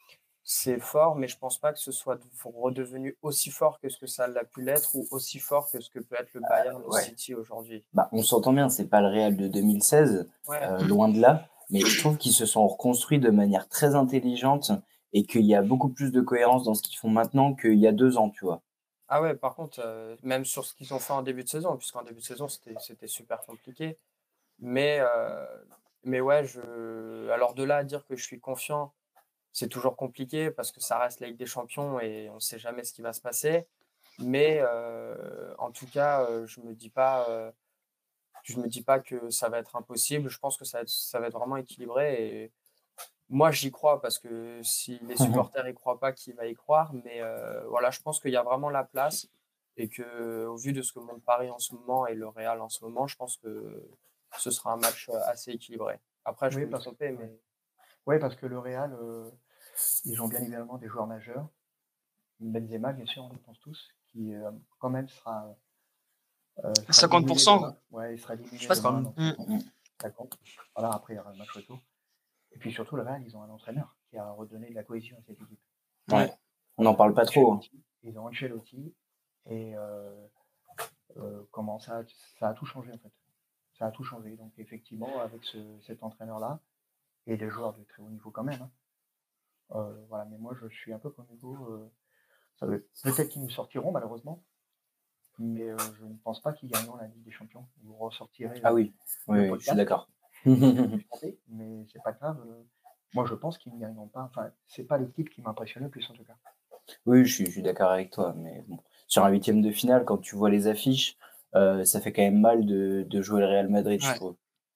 c'est fort, mais je pense pas que ce soit de- redevenu aussi fort que ce que ça l'a pu l'être ou aussi fort que ce que peut être le Bayern ou Ouais. City aujourd'hui. Bah, on s'entend bien, c'est pas le Real de deux mille seize, Ouais, euh, loin de là, mais je trouve qu'ils se sont reconstruits de manière très intelligente et qu'il y a beaucoup plus de cohérence dans ce qu'ils font maintenant qu'il y a deux ans, tu vois. ah ouais, par contre, euh, même sur ce qu'ils ont fait en début de saison, puisqu'en début de saison, c'était, c'était super compliqué. Mais, euh, mais ouais, je... alors de là à dire que je suis confiant, c'est toujours compliqué parce que ça reste la Ligue des Champions et on ne sait jamais ce qui va se passer. Mais euh, en tout cas, euh, je me dis pas, euh, je me dis pas que ça va être impossible. Je pense que ça va être, ça va être vraiment équilibré. Et moi, j'y crois parce que si les supporters y croient pas, qui va y croire? Mais euh, voilà, je pense qu'il y a vraiment la place et que, au vu de ce que montre Paris en ce moment et le Real en ce moment, je pense que ce sera un match assez équilibré. Après, je oui, peux me parce, tromper, ouais. mais Ouais, parce que le Real, euh, ils ont bien évidemment des joueurs majeurs. Benzema, bien sûr, on le pense tous, qui euh, quand même sera, euh, sera cinquante pour diminué cent, demain. quoi. Ouais, il sera Je diminué sais pas, c'est quand demain, même. donc Mm. ça compte. Ça compte. Voilà, après, il y aura le match retour. Et puis surtout, le Real, ils ont un entraîneur qui a redonné de la cohésion à cette équipe. Ouais. Ouais. On n'en parle pas trop, hein. Ancelotti, ils ont Ancelotti et euh, euh, comment ça, ça a tout changé en fait. Ça a tout changé. Donc effectivement, avec ce, cet entraîneur-là et des joueurs de très haut niveau quand même, hein, euh, voilà. Mais moi, je suis un peu comme Hugo. euh, Ça veut peut-être qu'ils nous sortiront malheureusement, mais euh, je ne pense pas qu'ils gagneront la Ligue des Champions. Vous ressortirez Ah euh, oui, oui, le oui, je suis podcast, d'accord. je me suis trompé, mais c'est pas grave. euh, Moi, je pense qu'ils ne gagneront pas. Enfin, c'est pas l'équipe qui m'impressionne le plus en tout cas. Oui, je suis, je suis d'accord avec toi. Mais bon, sur un huitième de finale, quand tu vois les affiches, euh, ça fait quand même mal de, de jouer le Real Madrid, je Ouais. trouve.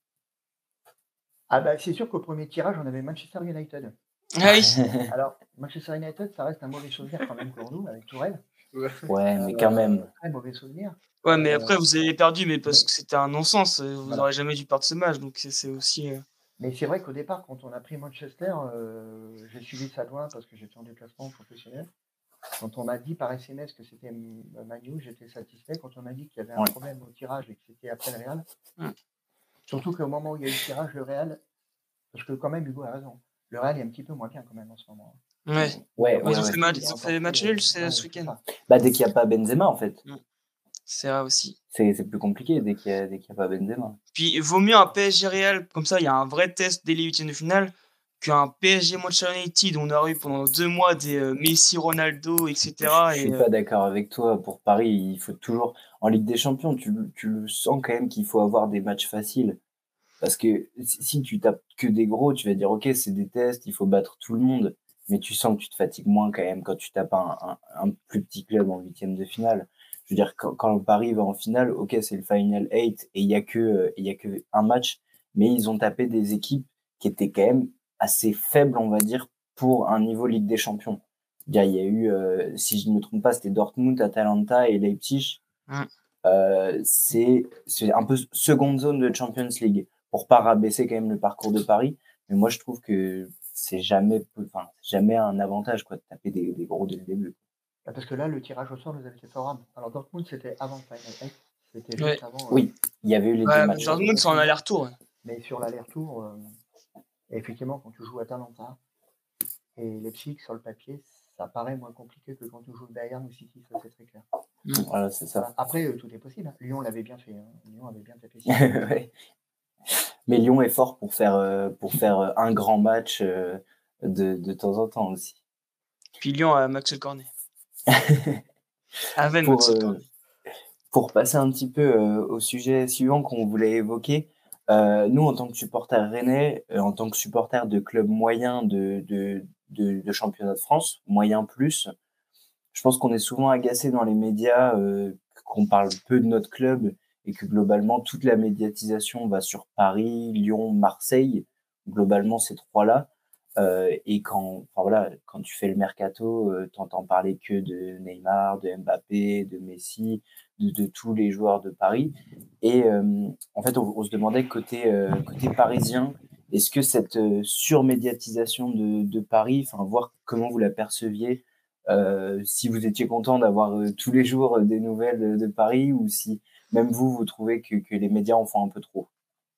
Ah bah c'est sûr qu'au premier tirage, on avait Manchester United. Ah oui. Alors, Manchester United, ça reste un mauvais souvenir quand même pour nous, avec Tourelle. Ouais. Ouais, mais quand Euh, même. très mauvais souvenir. Ouais, mais Euh, après, vous avez perdu, mais parce mais- que c'était un non-sens. euh, Vous Voilà. aurez jamais dû perdre ce match. Donc, c'est c'est aussi. euh, Mais c'est vrai qu'au départ, quand on a pris Manchester, euh, j'ai suivi ça de loin parce que j'étais en déplacement professionnel. Quand on m'a dit par S M S que c'était M- Manu, j'étais satisfait. Quand on m'a dit qu'il y avait un Ouais. problème au tirage et que c'était après le Real, Mm. surtout qu'au moment où il y a eu le tirage, le Real, parce que quand même Hugo a raison, le Real est un petit peu moins bien quand même en ce moment. Ouais. Ouais, Ils ont ouais, Ouais, ils, ont ouais. remporté- fait match, ils ils ont ont fait match remporté, nul euh, ce, ouais, ce c'est week-end. ça. Bah, dès qu'il n'y a pas Benzema, en fait. C'est vrai aussi. C'est c'est plus compliqué dès qu'il n'y a, dès qu'il y a pas Benzema. Puis, il vaut mieux un P S G Real, comme ça, il y a un vrai test dès les huitièmes de finale, qu'un P S G Manchester United où on a eu pendant deux mois des euh, Messi, Ronaldo, et Je, cetera. je Et, suis euh, pas d'accord avec toi. Pour Paris, il faut toujours. En Ligue des Champions, tu, le- tu le sens quand même qu'il faut avoir des matchs faciles. Parce que si si tu tapes que des gros, tu vas dire, OK, c'est des tests, il faut battre tout le monde. Mais tu sens que tu te fatigues moins quand même quand tu tapes un, un, un plus petit club en huitième de finale. Je veux dire, quand, quand Paris va en finale, OK, c'est le Final eight et il y a que, euh, il y a que un match. Mais ils ont tapé des équipes qui étaient quand même assez faibles, on va dire, pour un niveau Ligue des Champions. Il y a il y a eu, euh, si je ne me trompe pas, c'était Dortmund, Atalanta et Leipzig. Mm. Euh, c'est c'est un peu seconde zone de Champions League pour pas rabaisser quand même le parcours de Paris. Mais moi, je trouve que c'est jamais, enfin, c'est jamais un avantage quoi de taper des, des gros dès le début. Bah, parce que là, le tirage au sort nous avait été favorable. Alors Dortmund, c'était avant le Final eight, c'était Ouais. juste avant. euh, Oui, il y avait eu les deux ouais, matchs. Dortmund, c'est en aller-retour. ouais. Mais sur l'aller-retour, euh, effectivement, quand tu joues Atalanta et Leipzig sur le papier, ça paraît moins compliqué que quand tu joues le Bayern ou City, ça c'est très clair. Voilà, c'est ça. Voilà. Après, euh, tout est possible. hein. Lyon l'avait bien fait. hein. Lyon avait bien tapé. six. Ouais. Mais Lyon est fort pour faire, euh, pour faire euh, un grand match euh, de, de temps en temps aussi. Puis Lyon à Maxwell Cornet. Avec Pour, Maxwell euh, Cornet. pour passer un petit peu euh, au sujet suivant qu'on voulait évoquer, euh, nous, en tant que supporters rennais, euh, en tant que supporters de clubs moyens de, de, de, de championnat de France, moyen plus, je pense qu'on est souvent agacé dans les médias, euh, qu'on parle peu de notre club et que globalement, toute la médiatisation va sur Paris, Lyon, Marseille, globalement ces trois-là. Euh, et quand, enfin voilà, quand tu fais le mercato, euh, t'entends parler que de Neymar, de Mbappé, de Messi, de, de tous les joueurs de Paris. Et euh, en fait, on, on se demandait côté euh, côté parisien, est-ce que cette euh, surmédiatisation de, de Paris, enfin voir comment vous la perceviez, euh, si vous étiez content d'avoir euh, tous les jours euh, des nouvelles de, de Paris, ou si même vous vous trouvez que, que les médias en font un peu trop.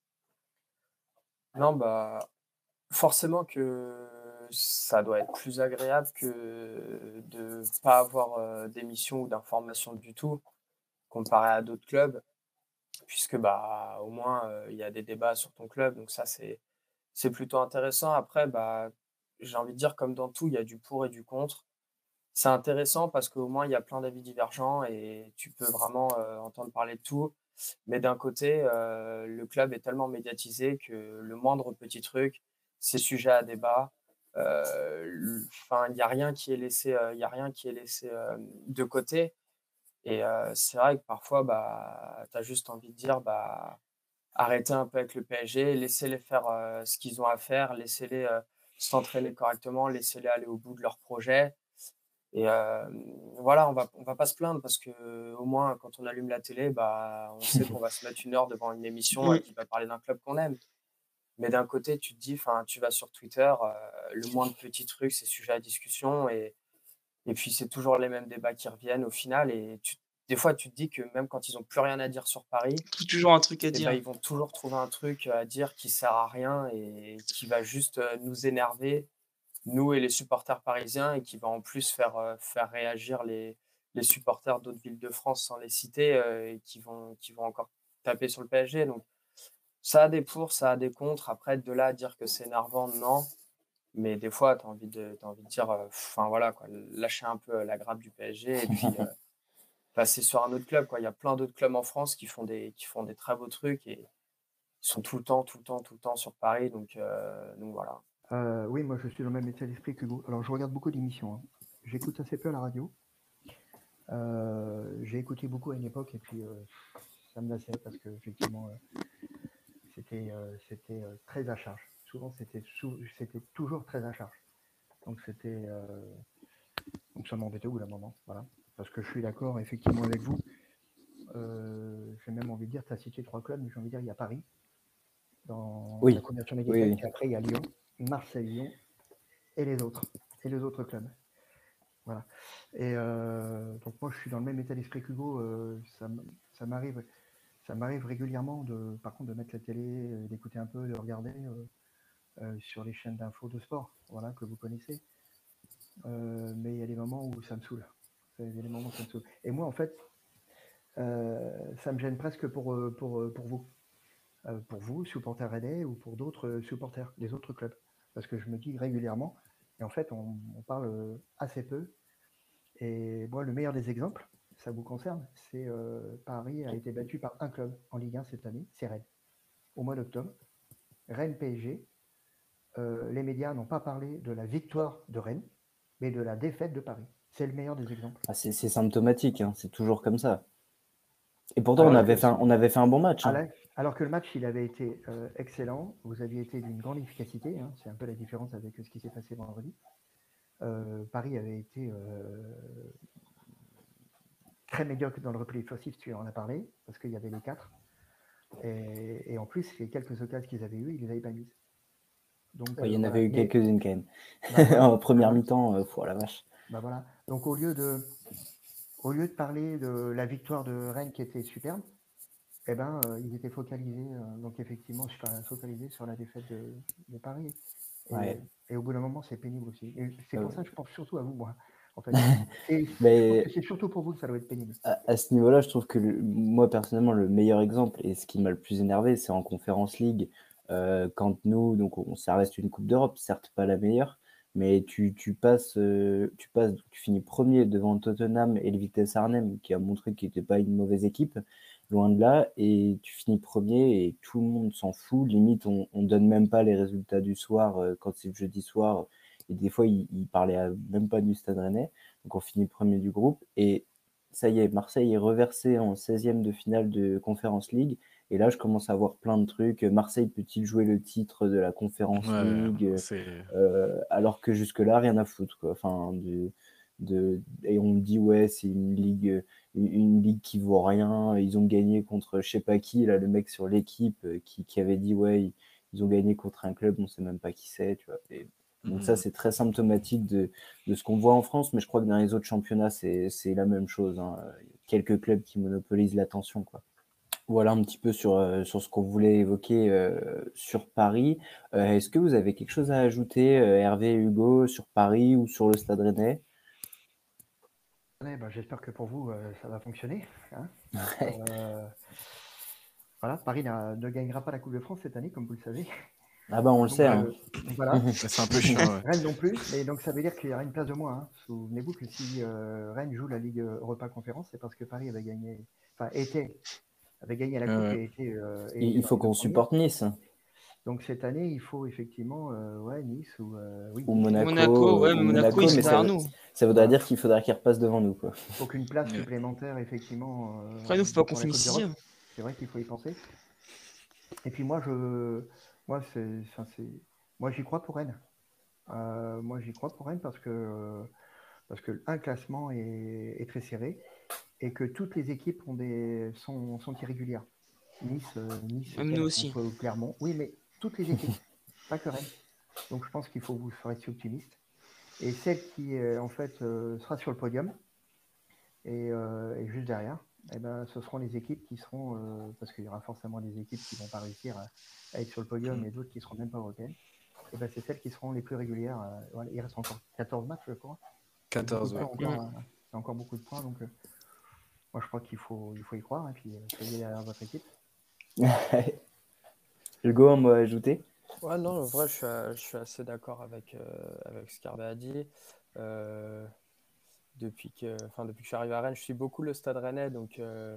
Non, bah, forcément que ça doit être plus agréable que de pas avoir euh, d'émissions ou d'informations du tout, comparé à d'autres clubs, puisque bah au moins euh, il y a des débats sur ton club, donc ça c'est c'est plutôt intéressant. Après, bah j'ai envie de dire comme dans tout, il y a du pour et du contre. C'est intéressant parce qu'au moins il y a plein d'avis divergents et tu peux vraiment euh, entendre parler de tout. Mais d'un côté, euh, le club est tellement médiatisé que le moindre petit truc, c'est sujet à débat. Euh, l- Enfin, il n'y a rien qui est laissé, euh, il y a rien qui est laissé euh, de côté. Et euh, c'est vrai que parfois, bah, tu as juste envie de dire, bah, arrêtez un peu avec le P S G, laissez-les faire euh, ce qu'ils ont à faire, laissez-les euh, s'entraîner correctement, laissez-les aller au bout de leur projet. Et euh, voilà, on va, on va pas se plaindre parce que au moins, quand on allume la télé, bah, on sait qu'on va se mettre une heure devant une émission euh, Mm. qui va parler d'un club qu'on aime. Mais d'un côté, tu te dis, enfin, tu vas sur Twitter, euh, le moindre petit truc, c'est sujet à discussion. Et, et puis, c'est toujours les mêmes débats qui reviennent au final. Et tu, des fois, tu te dis que même quand ils ont plus rien à dire sur Paris, Trouve toujours un truc à eh dire. ben, ils vont toujours trouver un truc à dire qui sert à rien et qui va juste euh, nous énerver, nous et les supporters parisiens, et qui va en plus faire, euh, faire réagir les, les supporters d'autres villes de France sans les citer, euh, et qui vont, qui vont encore taper sur le P S G. Donc, ça a des pour, ça a des contre. Après, de là à dire que c'est énervant, non. Mais des fois, tu as envie de, t'as envie de dire, euh, enfin voilà, quoi, lâcher un peu euh, la grappe du P S G et puis euh, passer sur un autre club, quoi. Il y a plein d'autres clubs en France qui font des, qui font des très beaux trucs et ils sont tout le temps, tout le temps, tout le temps sur Paris. Donc, euh, donc voilà. Euh, oui, moi je suis dans le même état d'esprit que Hugo. Alors je regarde beaucoup d'émissions. hein. J'écoute assez peu à la radio. Euh, j'ai écouté beaucoup à une époque et puis euh, ça me lassait parce que effectivement euh, c'était euh, c'était euh, très à charge. Souvent c'était sou- c'était toujours très à charge. Donc c'était euh, donc ça m'embêtait au bout d'un moment. Voilà. Parce que je suis d'accord effectivement avec vous. Euh, j'ai même envie de dire, tu as cité trois clubs, mais j'ai envie de dire il y a Paris dans Oui, la couverture oui, médiatique, oui. puis après il y a Lyon, Marseille, Lyon et les autres et les autres clubs. Voilà. Et euh, donc moi je suis dans le même état d'esprit qu'Hugo. euh, ça, m- ça m'arrive, ça m'arrive régulièrement de, par contre, de mettre la télé, euh, d'écouter un peu, de regarder euh, euh, sur les chaînes d'infos de sport, voilà, que vous connaissez. Euh, mais il y a des moments où ça me saoule. Il y a des moments où ça me saoule. Et moi en fait, euh, ça me gêne presque pour, euh, pour, euh, pour vous, Euh, pour vous, supporters rennais, ou pour d'autres euh, supporters des autres clubs. Parce que je me dis régulièrement, et en fait on, on parle euh, assez peu. Et moi, le meilleur des exemples, ça vous concerne, c'est euh, Paris a été battu par un club en Ligue un cette année, c'est Rennes. Au mois d'octobre, Rennes-P S G, euh, les médias n'ont pas parlé de la victoire de Rennes, mais de la défaite de Paris. C'est le meilleur des exemples. Ah, c'est c'est symptomatique, hein, c'est toujours comme ça. Et pourtant, on Alors avait que, fait un, on avait fait un bon match. hein. alors, alors que le match, il avait été euh, excellent, vous aviez été d'une grande efficacité, hein, c'est un peu la différence avec ce qui s'est passé vendredi. Euh, Paris avait été euh, très médiocre dans le repli offensif, tu en as parlé, parce qu'il y avait les quatre. Et, et en plus, les quelques occasions qu'ils avaient eues, ils les avaient pas mises. Donc Ouais, il euh, y en voilà. avait eu Mais quelques-unes quand même. bah voilà, En bah première voilà, mi-temps, euh, pff, oh la vache. bah voilà. Donc au lieu de, au lieu de parler de la victoire de Rennes qui était superbe, eh ben euh, ils étaient focalisés, euh, donc effectivement, super focalisés sur la défaite de, de Paris. Et, Ouais. et au bout d'un moment, c'est pénible aussi. Et c'est Euh, pour ça que je pense surtout à vous, moi. En fait, c'est, je pense mais que c'est surtout pour vous que ça doit être pénible. à, à ce niveau-là, je trouve que le- moi, personnellement, le meilleur exemple et ce qui m'a le plus énervé, c'est en Conference League. Euh, quand nous, donc on, ça reste une Coupe d'Europe, certes pas la meilleure, mais tu, tu passes, euh, tu passes, tu finis premier devant Tottenham et le Vitesse Arnhem, qui a montré qu'il n'était pas une mauvaise équipe, loin de là, et tu finis premier et tout le monde s'en fout. Limite, on, on donne même pas les résultats du soir euh, quand c'est le jeudi soir. Et des fois, il, il parlait à- même pas du Stade Rennais. Donc on finit premier du groupe et ça y est, Marseille est reversé en seizième de finale de Conference League. Et là, je commence à voir plein de trucs. Marseille peut-il jouer le titre de la Conference Ouais, League c'est. euh, alors que jusque-là, rien à foutre, quoi. Enfin, de, de, et on me dit, ouais, c'est une ligue, une, une ligue qui vaut rien. Ils ont gagné contre je sais pas qui, là, le mec sur l'équipe euh, qui, qui avait dit, ouais, ils, ils ont gagné contre un club, on sait même pas qui c'est, tu vois. Et donc ça, Mhm. c'est très symptomatique de, de ce qu'on voit en France, mais je crois que dans les autres championnats, c'est c'est la même chose. hein. Quelques clubs qui monopolisent l'attention, quoi. Voilà un petit peu sur, euh, sur ce qu'on voulait évoquer euh, sur Paris. Euh, est-ce que vous avez quelque chose à ajouter, euh, Hervé et Hugo, sur Paris ou sur le Stade Rennais? Ouais, bah, j'espère que pour vous, euh, ça va fonctionner. hein. Ouais. Euh, voilà, Paris n'a- ne gagnera pas la Coupe de France cette année, comme vous le savez. Ah ben on le Donc, sait, hein. euh, donc voilà. C'est un peu chiant, ouais. Rennes non plus, mais donc ça veut dire qu'il y aura une place de moins. hein. Souvenez-vous que si euh, Rennes joue la Ligue Europa Conférence, c'est parce que Paris avait gagné, enfin était, avait gagné la Ouais, Coupe ouais. et était, euh, et Il, était il faut parmi les deux qu'on premiers. supporte Nice Donc cette année, il faut effectivement, euh, ouais, Nice ou euh, oui ou Nice. Monaco, Monaco, euh, ouais, ou mais Monaco, ils Monaco, sont mais ça, derrière veut- nous. ça voudrait Voilà. dire qu'il faudrait qu'ils repassent devant nous, quoi. Il faut qu'une place Ouais. supplémentaire effectivement Après, euh, nous, faut pas qu'on pour la finisse Coupe d'Europe. sixième. C'est vrai qu'il faut y penser. Et puis moi, je, moi c'est, ça, c'est, moi j'y crois pour Rennes. Euh, moi j'y crois pour Rennes parce que euh, parce que un classement est, est très serré et que toutes les équipes ont des, sont, sont irrégulières. Nice, euh, Nice Même perd nous aussi. contre Clermont. Oui, mais toutes les équipes, pas que Rennes. Donc je pense qu'il faut vous rester optimiste. Et celle qui, euh, en fait, euh, sera sur le podium et, euh, et juste derrière, eh ben, ce seront les équipes qui seront, euh, parce qu'il y aura forcément des équipes qui ne vont pas réussir à, à être sur le podium et d'autres qui ne seront même pas européennes. Et ben, c'est celles qui seront les plus régulières. euh, voilà, il reste encore quatorze matchs, je crois. C'est beaucoup quatorze, de ouais. points encore. Mm. à- C'est encore beaucoup de points. Donc, euh, moi, je crois qu'il faut, il faut y croire. Et puis, euh, soyez derrière votre équipe. Hugo, un mot à ajouter? Ouais, non, en vrai, je suis, a- je suis assez d'accord avec, euh, avec ce qu'Hervé a dit. Euh, depuis que, enfin, depuis que je suis arrivé à Rennes, je suis beaucoup le Stade Rennais, donc, euh,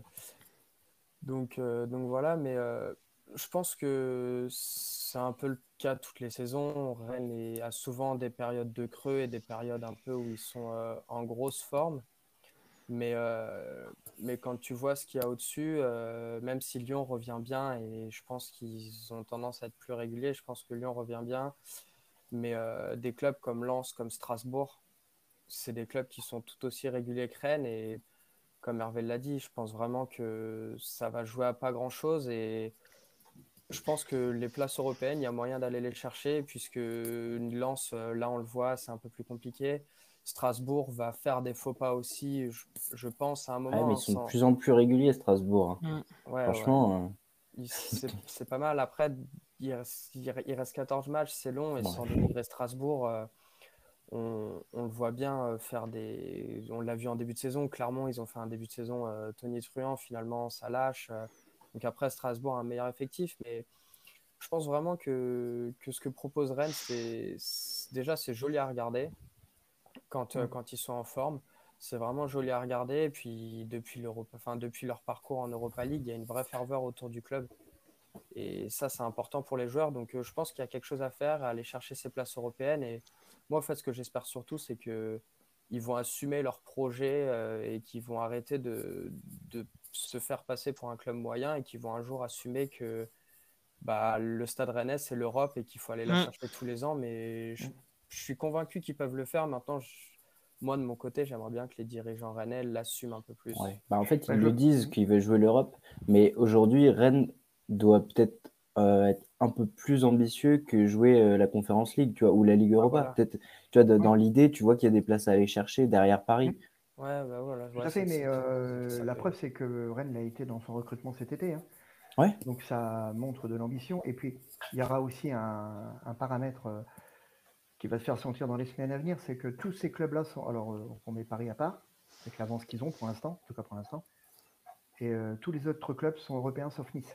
donc, euh, donc voilà. Mais euh, je pense que c'est un peu le cas toutes les saisons. Rennes est- a souvent des périodes de creux et des périodes un peu où ils sont euh, en grosse forme. Mais, euh, mais quand tu vois ce qu'il y a au-dessus, euh, même si Lyon revient bien, et je pense qu'ils ont tendance à être plus réguliers, je pense que Lyon revient bien. Mais euh, des clubs comme Lens, comme Strasbourg, c'est des clubs qui sont tout aussi réguliers que Rennes. Et comme Hervé l'a dit, je pense vraiment que ça va jouer à pas grand-chose. Et je pense que les places européennes, il y a moyen d'aller les chercher, puisque Lens, euh, là on le voit, c'est un peu plus compliqué. Strasbourg va faire des faux pas aussi, je, je pense, à un Ouais, mais moment. ils Hein, sont de sans... plus en plus réguliers, Strasbourg, hein. Mm. Ouais, ouais. Franchement, Il- C'est c'est pas mal. Après, il reste, il il reste quatorze matchs, c'est long, et euh, sans ouais. dénigrer Strasbourg, euh, on, on le voit bien euh, faire des. On l'a vu en début de saison. Clermont, ils ont fait un début de saison euh, tonitruant. Finalement, ça lâche. euh. Donc après, Strasbourg a un meilleur effectif. Mais je pense vraiment que, que ce que propose Rennes, c'est c'est- déjà, c'est joli à regarder quand, euh, Mm. quand ils sont en forme. C'est vraiment joli à regarder. Et puis, depuis, l'Europe, enfin, depuis leur parcours en Europa League, il y a une vraie ferveur autour du club. Et ça, c'est important pour les joueurs. Donc, euh, je pense qu'il y a quelque chose à faire, à aller chercher ces places européennes. Et moi, en fait, ce que j'espère surtout, c'est que ils vont assumer leur projet euh, et qu'ils vont arrêter de, de se faire passer pour un club moyen et qu'ils vont un jour assumer que bah, le Stade Rennais, c'est l'Europe et qu'il faut aller la Mm. chercher tous les ans. Mais je, Mm. je suis convaincu qu'ils peuvent le faire. Maintenant, je- moi, de mon côté, j'aimerais bien que les dirigeants rennais l'assument un peu plus. Ouais. Bah, en fait, Bah, ils je... le disent qu'ils veulent jouer l'Europe, mais aujourd'hui, Rennes doit peut-être euh, être un peu plus ambitieux que jouer euh, la Conference League, tu vois, ou la Ligue Ah, Europa. voilà. Peut-être, tu vois, de- Ouais. dans l'idée, tu vois qu'il y a des places à aller chercher derrière Mm. Paris. Ouais, bah voilà. Tout Ouais, à fait, c'est mais c'est- c'est euh, ça la que. preuve, c'est que Rennes l'a été dans son recrutement cet été, hein. Ouais. Donc ça montre de l'ambition. Et puis, il y aura aussi un, un paramètre euh, qui va se faire sentir dans les semaines à venir, c'est que tous ces clubs-là sont. Alors, euh, on met Paris à part, avec l'avance qu'ils ont pour l'instant, en tout cas pour l'instant. Et euh, tous les autres clubs sont européens sauf Nice.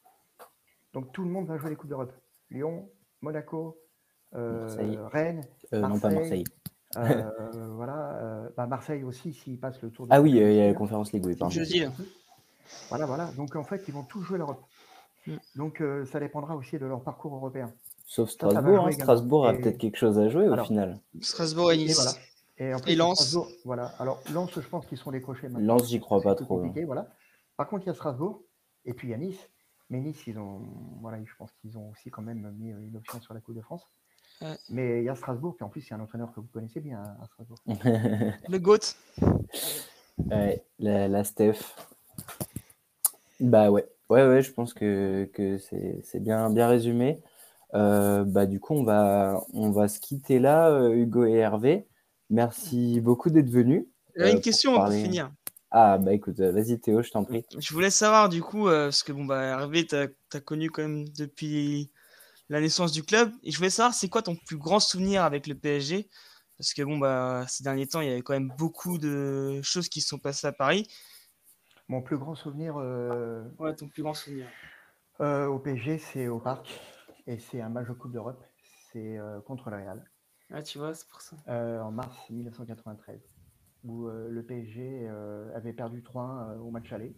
Donc tout le monde va jouer les Coupes d'Europe. Lyon, Monaco, Marseille. euh, Rennes, Euh, non, pas Marseille. Marseille. euh, voilà. euh, bah, Marseille aussi, s'ils passent le tour de Ah poule oui, euh, il y a qualifié, la là, Conference League, oui, c'est pardon. Jeudi, là. aussi. Voilà, voilà. Donc en fait, ils vont tous jouer l'Europe. Mm. Donc euh, ça dépendra aussi de leur parcours européen. Sauf Ça, ça va Strasbourg, hein. jouer également. Strasbourg a peut-être Et quelque chose à jouer au alors, final. Strasbourg et et Nice. voilà. Et en Et plus, à Lens. Strasbourg, voilà. Alors, Lens, je pense qu'ils sont décrochés maintenant. Lens, j'y parce que crois c'est pas plus trop, hein. compliqué, voilà. Par contre, il y a Strasbourg, et puis il y a Nice. Mais Nice, ils ont, voilà, je pense qu'ils ont aussi quand même mis une option sur la Coupe de France. Ouais. Mais il y a Strasbourg, puis en plus, il y a un entraîneur que vous connaissez bien à Strasbourg. Le GOAT. Ouais, la, la Steph. Bah ouais, ouais, ouais, je pense que, que c'est c'est bien, bien résumé. Euh, bah du coup, on va, on va se quitter là, euh, Hugo et Hervé. Merci beaucoup d'être venus J'avais euh, une pour question pour parler. finir. Ah bah écoute, euh, vas-y Théo, je t'en prie. Je voulais savoir du coup, euh, parce que bon bah Hervé, t'as as connu quand même depuis la naissance du club, et je voulais savoir c'est quoi ton plus grand souvenir avec le P S G, parce que bon bah ces derniers temps il y avait quand même beaucoup de choses qui se sont passées à Paris. Mon plus grand souvenir euh, Ouais, ton plus grand souvenir. euh, au P S G, c'est au Parc, et c'est un match de Coupe d'Europe. C'est euh, contre le Real, Ah tu vois, c'est pour ça. euh, en mars mille neuf cent quatre-vingt-treize, où euh, le P S G euh, avait perdu trois un euh, au match aller.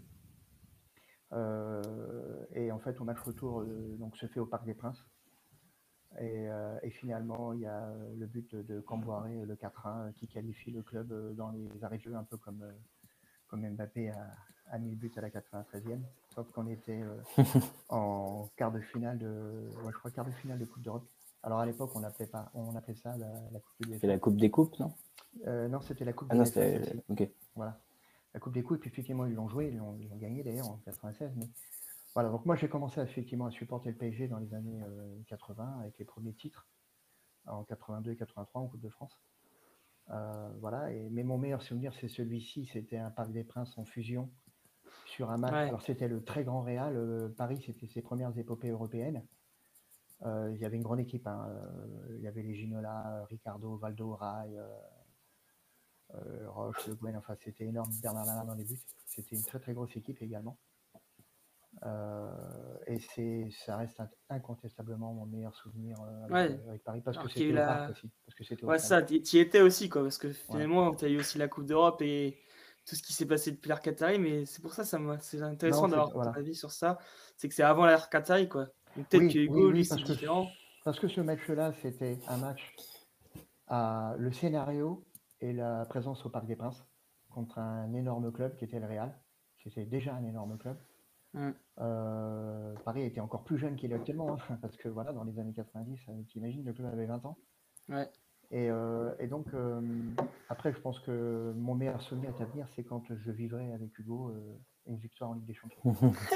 Euh, et en fait, au match retour, euh, donc, se fait au Parc des Princes. Et, euh, et finalement, il y a euh, le but de, de Camboiré, le quatre un, euh, qui qualifie le club euh, dans les arrêts de jeu, un peu comme, euh, comme Mbappé a, a mis le but à la quatre-vingt-treizième. Sauf qu'on était euh, en quart de finale de, ouais, je crois quart de finale de Coupe d'Europe. Alors à l'époque, on appelait pas, on appelait ça la, la Coupe de C'est la l'UEFA. Coupe des Coupes, non? Euh, non, c'était la Coupe Ah de non, l'UEFA, c'était. celle-ci. Ok. Voilà, la Coupe des Coupes. Puis effectivement, ils l'ont joué, ils l'ont, ils l'ont gagné d'ailleurs en quatre-vingt-seize. Mais voilà, donc moi j'ai commencé effectivement à supporter le P S G dans les années euh, quatre-vingts avec les premiers titres en quatre-vingt-deux et quatre-vingt-trois en Coupe de France. Euh, voilà, et, mais mon meilleur souvenir c'est celui-ci, c'était un Parc des Princes en fusion sur un match. Ouais. Alors c'était le très grand Real, euh, Paris c'était ses premières épopées européennes. Euh, il y avait une grande équipe, hein. Euh, il y avait les Ginola, Ricardo, Valdo, Rai, euh, euh, Roche, Le Guen, enfin c'était énorme, Bernard Lama dans les buts. C'était une très très grosse équipe également. Euh, et c'est, ça reste int- incontestablement mon meilleur souvenir euh, avec, Ouais. euh, avec Paris, parce que Alors qu'il y a c'était eu au parc la. aussi. Parce que c'était au Ouais, stade. ça, tu y étais aussi, quoi, parce que Ouais. finalement, tu as eu aussi la Coupe d'Europe et tout ce qui s'est passé depuis l'ère Qatari, mais c'est pour ça, ça m'a- c'est intéressant Non, c'est, d'avoir voilà. ton avis sur ça. C'est que c'est avant l'ère Qatari, quoi. Donc peut-être que Oui, oui, Hugo, oui, lui, c'est parce que, différent. parce que ce match-là, c'était un match à le scénario et la présence au Parc des Princes contre un énorme club qui était le Real. C'était déjà un énorme club. Mm. Euh, Paris était encore plus jeune qu'il est actuellement, hein, parce que voilà, dans les années quatre-vingt-dix, euh, t'imagines, le club avait vingt ans. Ouais. Et, euh, et donc, euh, après, je pense que mon meilleur souvenir à venir, c'est quand je vivrai avec Hugo euh, une victoire en Ligue des Champions.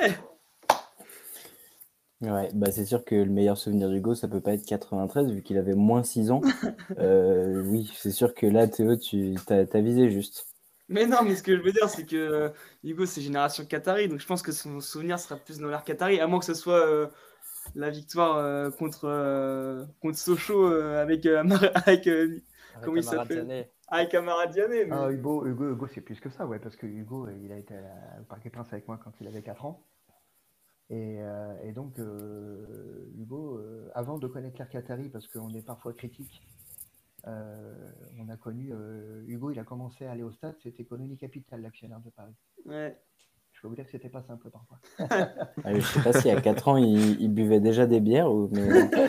Ouais, bah c'est sûr que le meilleur souvenir d'Hugo, ça peut pas être quatre-vingt-treize, vu qu'il avait moins six ans. Euh, oui, c'est sûr que là, Théo, tu t'as, t'as visé juste. Mais non, mais ce que je veux dire, c'est que euh, Hugo, c'est génération Qatari, donc je pense que son souvenir sera plus dans l'ère Qatari, à moins que ce soit euh, la victoire euh, contre, euh, contre Sochaux euh, avec, euh, Amar- avec euh, Avec comment il Amara s'appelle? Diané. Avec Amara Diané, mais... Ah, Hugo, Hugo, Hugo c'est plus que ça, ouais, parce que Hugo, euh, il a été à- au Parc des Princes avec moi quand il avait quatre ans. Et, euh, et donc, euh, Hugo, euh, avant de connaître l'ère Qatari, parce qu'on est parfois critique, euh, on a connu euh, Hugo, il a commencé à aller au stade, c'était Colonie Capital, l'actionnaire de Paris. Ouais. Je peux vous dire que c'était pas simple parfois. Ah, je sais pas si à quatre ans, il, il buvait déjà des bières, ou, mais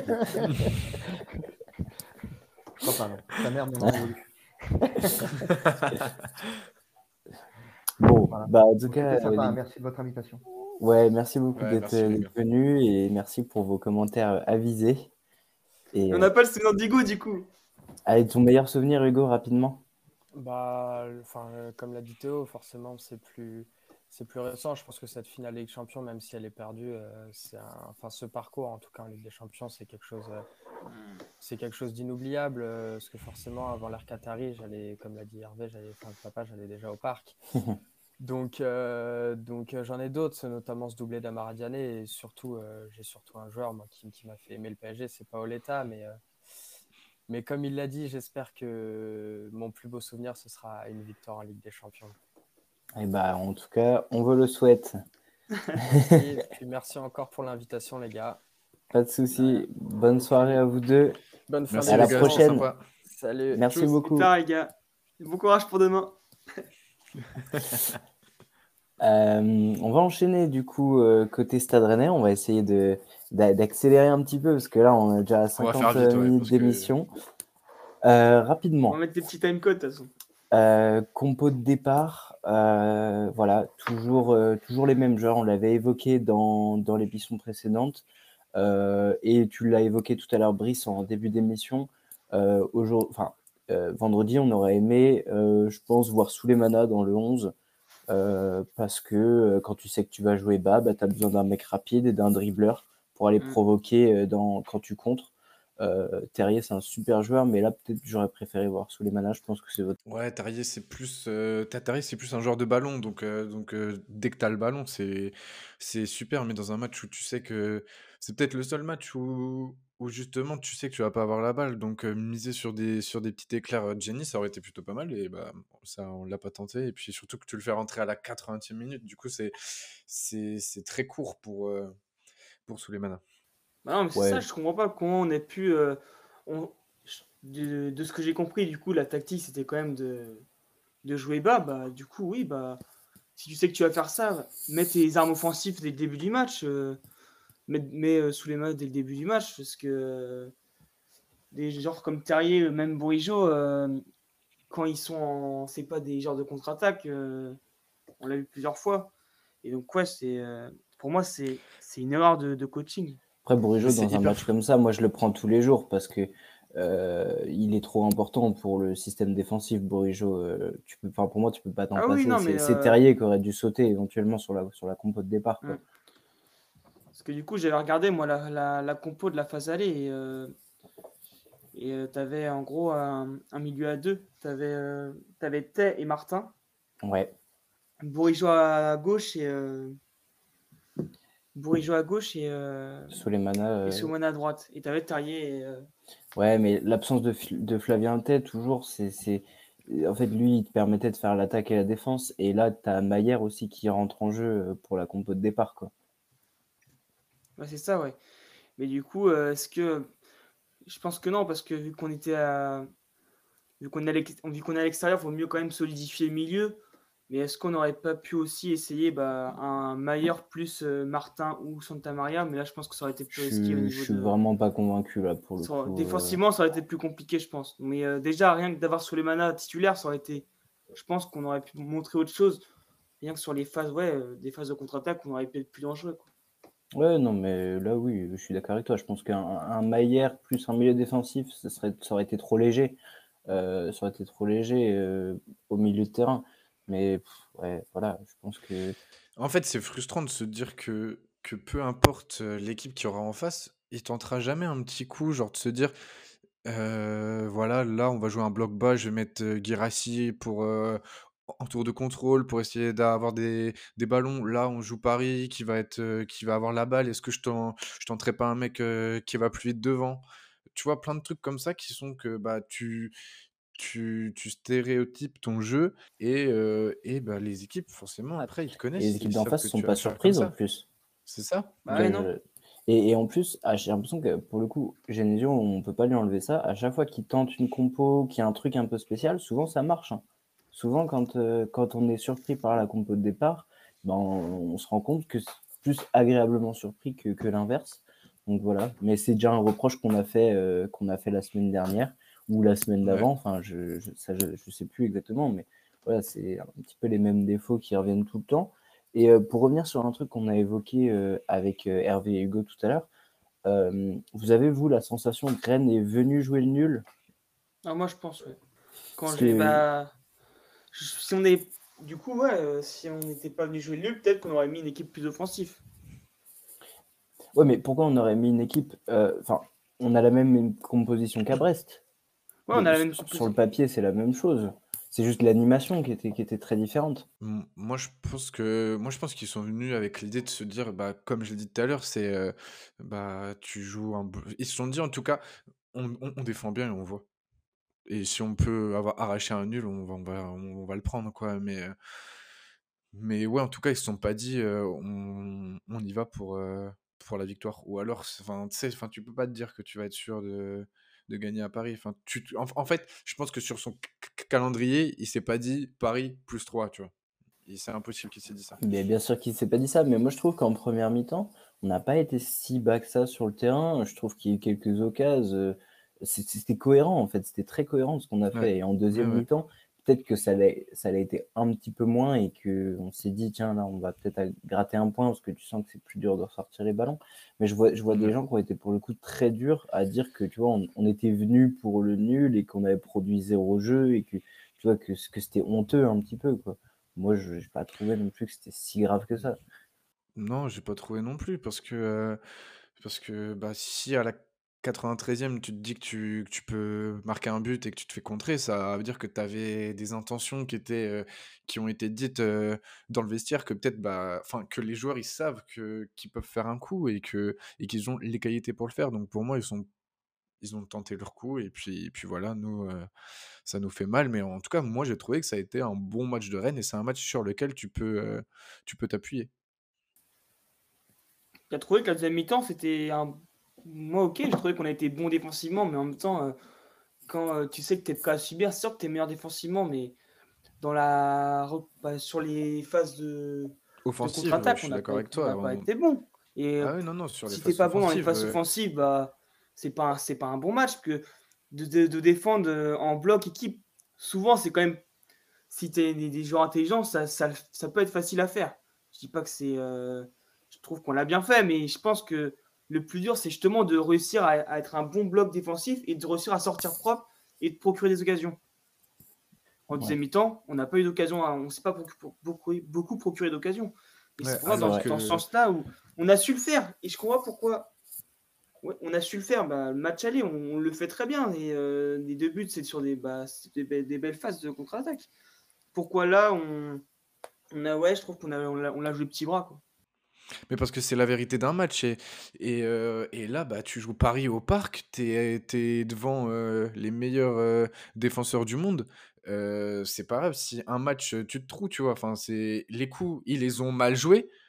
Je crois pas, non. Sa mère m'en a voulu. bon, Voilà. bah en tout Donc, cas, c'était sympa, euh, hein, les- merci de votre invitation. ouais, merci beaucoup Ouais, d'être merci les d'être gars. venu et merci pour vos commentaires avisés. Et On euh, n'a pas le souvenir d'Hugo, du coup. allez, ton meilleur souvenir, Hugo, rapidement? Bah, le- enfin, euh, comme l'a dit Théo, forcément, c'est plus, c'est plus récent. Je pense que cette finale Ligue des Champions, même si elle est perdue, euh, c'est un, enfin, ce parcours, en tout cas en Ligue des Champions, c'est quelque chose, euh, c'est quelque chose d'inoubliable. euh, parce que forcément, avant l'ère Qatari, j'allais, comme l'a dit Hervé, j'allais, enfin, papa, j'allais déjà au parc. Donc, euh, donc euh, j'en ai d'autres, notamment ce doublé d'Amara Diané. Et surtout, euh, j'ai surtout un joueur moi, qui, qui m'a fait aimer le P S G, c'est Paoletta. Mais, euh, mais comme il l'a dit, j'espère que mon plus beau souvenir, ce sera une victoire en Ligue des Champions. Et bah, en tout cas, on vous le souhaite. Merci, et puis merci encore pour l'invitation, les gars. Pas de souci. Bonne Et soirée puis, à vous deux. bonne fin Merci À la les gars, d'émission. c'était prochaine. sympa. Salut. Merci Tchuss. beaucoup. Super, les gars. Bon courage pour demain. Euh, on va enchaîner du coup euh, côté Stade Rennais. On va essayer de, d'a- d'accélérer un petit peu parce que là, on a déjà On va faire cinquante vite, ouais, minutes parce que d'émission. Euh, On rapidement, va mettre des petits timecodes, de toute façon. euh, compo de départ, euh, voilà, toujours, euh, toujours les mêmes joueurs. On l'avait évoqué dans, dans l'émission précédente. Euh, et tu l'as évoqué tout à l'heure, Brice, en début d'émission. Euh, aujourd'hui, enfin, euh, vendredi, on aurait aimé, euh, je pense, voir Souleymana dans le onze. Euh, parce que euh, quand tu sais que tu vas jouer bas, bah, tu as besoin d'un mec rapide et d'un dribbleur pour aller Mm. provoquer euh, dans, quand tu contres. Euh, Terrier, c'est un super joueur, mais là, peut-être que j'aurais préféré voir Souleymana. Je pense que c'est votre. ouais, Terrier, c'est plus, euh, t'as- Terrier, c'est plus un joueur de ballon. Donc, euh, donc euh, dès que tu as le ballon, c'est, c'est super. Mais dans un match où tu sais que c'est peut-être le seul match où, où justement tu sais que tu vas pas avoir la balle. Donc, euh, miser sur des, sur des petits éclairs euh, de Jenny, ça aurait été plutôt pas mal. Et bah, ça, on l'a pas tenté. Et puis surtout que tu le fais rentrer à la quatre-vingtième minute. Du coup, c'est, c'est, c'est très court pour, euh, pour Souleymana. Bah non, mais c'est Ouais, ça, je comprends pas comment on a pu. euh, on- je- de, de ce que j'ai compris, du coup, la tactique, c'était quand même de, de jouer bas. Bah, du coup, oui, bah, si tu sais que tu vas faire ça, mets tes armes offensives dès le début du match. Euh, mets mets euh, sous les mains dès le début du match. Parce que euh, des genres comme Terrier, euh, même Bourigeaud, euh, quand ils sont en. C'est pas des genres de contre-attaque. euh, on l'a vu plusieurs fois. Et donc, ouais, c'est, euh, pour moi, c'est c'est une erreur de, de coaching. après, Mais Bourigeaud, c'est dans un hyper match fou. comme ça, moi, je le prends tous les jours parce que euh, il est trop important pour le système défensif. Bourigeaud, euh, tu peux, enfin, pour moi, tu peux pas t'en Ah oui, passer. non, C'est mais. c'est euh, Terrier qui aurait dû sauter éventuellement sur la, sur la compo de départ, quoi. hmm. Parce que du coup, j'avais regardé, moi, la, la, la compo de la phase aller. Et euh, et euh, t'avais en gros un, un milieu à deux. T'avais euh, t'avais Tay et Martin. Ouais, Bourigeaud à gauche et. Euh, Bourigeaud à gauche et, euh, Souleymana. et euh, Soumana à droite. Et t'avais Terrier et. euh, Ouais, mais l'absence de, Fl- de Flavien Tay, toujours, c'est, c'est... En fait, lui, il te permettait de faire l'attaque et la défense. Et là, tu as Maillère aussi qui rentre en jeu euh, pour la compo de départ, quoi. Ouais, c'est ça, ouais. Mais du coup, heu, est-ce que je pense que non, parce que vu qu'on était à vu qu'on est à l'ex vu qu'on est à l'extérieur, il vaut mieux quand même solidifier le milieu. Mais est-ce qu'on n'aurait pas pu aussi essayer, bah, un Mayer plus, heu, Martin ou Santamaria? Mais là, je pense que ça aurait été plus Je risqué au suis je niveau suis de vraiment pas convaincu là pour le ça aurait coup, heu. défensivement, ça aurait été plus compliqué, je pense. Mais, heu, déjà rien que d'avoir Souleymana titulaire, ça aurait été je pense qu'on aurait pu montrer autre chose. Rien que sur les phases, ouais, heu, des phases de contre-attaque, on aurait pu être plus dangereux, quoi. Ouais, non, mais là, oui, je suis d'accord avec toi. Je pense qu'un un Mayer plus un milieu défensif, ce serait ça aurait été trop léger, heu, ça aurait été trop léger, heu, au milieu de terrain. Mais pff, ouais, voilà, je pense que En fait, c'est frustrant de se dire que que peu importe, heu, l'équipe qu'il y aura en face, il tentera jamais un petit coup, genre de se dire: «Heu, voilà, là, on va jouer un bloc bas, je vais mettre, heu, Guirassy pour, heu, en en tour de contrôle, pour essayer d'avoir des des ballons. Là, on joue Paris qui va être, heu, qui va avoir la balle. Est-ce que je ten je tenterai pas un mec, heu, qui va plus vite devant?» Tu vois? Plein de trucs comme ça qui sont que, bah, tu tu tu stéréotypes ton jeu et heu et bah, les équipes forcément ouais, après ils te et les connaissent, équipes ils d'en savent face que sont tu pas vas faire comme surprises en ça. plus. C'est ça. Bah, ouais, non. Je et et en plus, ah, j'ai l'impression que pour le coup, Genesio, on peut pas lui enlever ça. À chaque fois qu'il tente une compo, qu'il y a un truc un peu spécial, souvent ça marche, hein. Souvent quand, heu, quand on est surpris par la compo de départ, ben, on on se rend compte que c'est plus agréablement surpris que que l'inverse. Donc voilà, mais c'est déjà un reproche qu'on a fait, heu, qu'on a fait la semaine dernière ou la semaine Ouais. d'avant, enfin je je ça je je sais plus exactement, mais voilà, c'est un petit peu les mêmes défauts qui reviennent tout le temps. Et heu, pour revenir sur un truc qu'on a évoqué, heu, avec, heu, Hervé et Hugo tout à l'heure, hem, vous avez, vous, la sensation que Rennes est venu jouer le nul? Ah moi, je pense, ouais. Quand Parce j'ai que bah, j si on est du coup, ouais, heu, si on n'était pas venu jouer nul, peut-être qu'on aurait mis une équipe plus offensive. ouais, mais pourquoi on aurait mis une équipe, heu, enfin, on a la même composition qu'à Brest. Ouais, on De a la s même sur le composition. papier, c'est la même chose. C'est juste l'animation qui était qui était très différente. M moi je pense que moi je pense qu'ils sont venus avec l'idée de se dire, bah, comme je l'ai dit tout à l'heure, c'est, heu, bah, tu joues un b ils se sont dit en tout cas: «On on on défend bien et on voit et si on peut avoir arraché un nul, on va on va on va le prendre quoi», mais heu, mais ouais, en tout cas, ils se sont pas dit, heu: «On on y va pour, heu, pour la victoire» ou alors c enfin, tu sais, enfin, tu peux pas te dire que tu vas être sûr de de gagner à Paris. Enfin, tu t en en fait, je pense que sur son c c calendrier, il s'est pas dit: «Paris plus trois», tu vois? Et c'est impossible qu'il s'est dit ça. Mais bien sûr qu'il s'est pas dit ça, mais moi je trouve qu'en première mi-temps, on n'a pas été si bas que ça sur le terrain. Je trouve qu'il y a eu quelques occasions, heu, c'est c'était cohérent en fait, c'était très cohérent ce qu'on a Ouais. fait et en Ouais, deuxième ouais. mi-temps, peut-être que ça l'a ça l'a été un petit peu moins et qu'on s'est dit: «Tiens là, on va peut-être aller gratter un point» parce que tu sens que c'est plus dur de ressortir les ballons. Mais je vois je vois des Ouais. gens qui ont été pour le coup très durs à dire que, tu vois, on on était venus pour le nul et qu'on avait produit zéro jeu et que, tu vois, que que c'était honteux un petit peu, quoi. Moi, je j'ai pas trouvé non plus que c'était si grave que ça. Non, j'ai pas trouvé non plus parce que, heu, parce que, bah, si à la quatre-vingt-treizième tu te dis que tu que tu peux marquer un but et que tu te fais contrer, ça veut dire que tu avais des intentions qui étaient, heu, qui ont été dites, heu, dans le vestiaire que peut-être, bah, enfin, que les joueurs ils savent que qu'ils peuvent faire un coup et que et qu'ils ont les qualités pour le faire. Donc pour moi, ils sont ils ont tenté leur coup et puis et puis voilà, nous, heu, ça nous fait mal. Mais en tout cas, moi, j'ai trouvé que ça a été un bon match de Rennes et c'est un match sur lequel tu peux, heu, tu peux t'appuyer. Tu as trouvé que la deuxième mi-temps, c'était un moi, OK, j'ai trouvé qu'on a été bon défensivement, mais en même temps, heu, quand, heu, tu sais que tu es prêt à subir, c'est sûr que tu es meilleur défensivement, mais dans la re bah, sur les phases de de Offensive, heu, contre-attaque, je on suis n'a pas d'accord ét avec on toi, n'a pas on été bon et ah heu, oui, non, non, sur les si tu es phases pas bon dans les offensives, phases heu, offensives, bah, c'est pas un c'est pas un bon match que de de de défendre, heu, en bloc équipe, souvent, c'est quand même si tu es des des joueurs intelligents, ça ça le ça peut être facile à faire. Je dis pas que c'est, heu, je trouve qu'on l'a bien fait, mais je pense que le plus dur, c'est justement de réussir à à être un bon bloc défensif et de réussir à sortir propre et de procurer des occasions. En Ouais, deuxième mi-temps, on n'a pas eu d'occasion, à- on ne s'est pas procu- pour- beaucoup, beaucoup procuré d'occasions. Et c'est ouais, pour ça, c'est dans, alors vrai. dans ce que sens-là, où on a su le faire. Et je comprends pourquoi. Ouais, on a su le faire. Bah, le match aller, on, on le fait très bien. Et euh, les deux buts, c'est sur des, bah, c'est des, be- des belles phases de contre-attaque. Pourquoi là, on, on a, ouais, je trouve qu'on a, on l'a on l'a joué petit bras, quoi. mais parce que c'est la vérité d'un match et et heu et là, bah, tu joues Paris au Parc, tu es tu es devant, heu, les meilleurs, heu, défenseurs du monde, heu, c'est pas grave si un match, heu, tu te trouves, tu vois? Enfin, c'est les coups, ils les ont mal joués,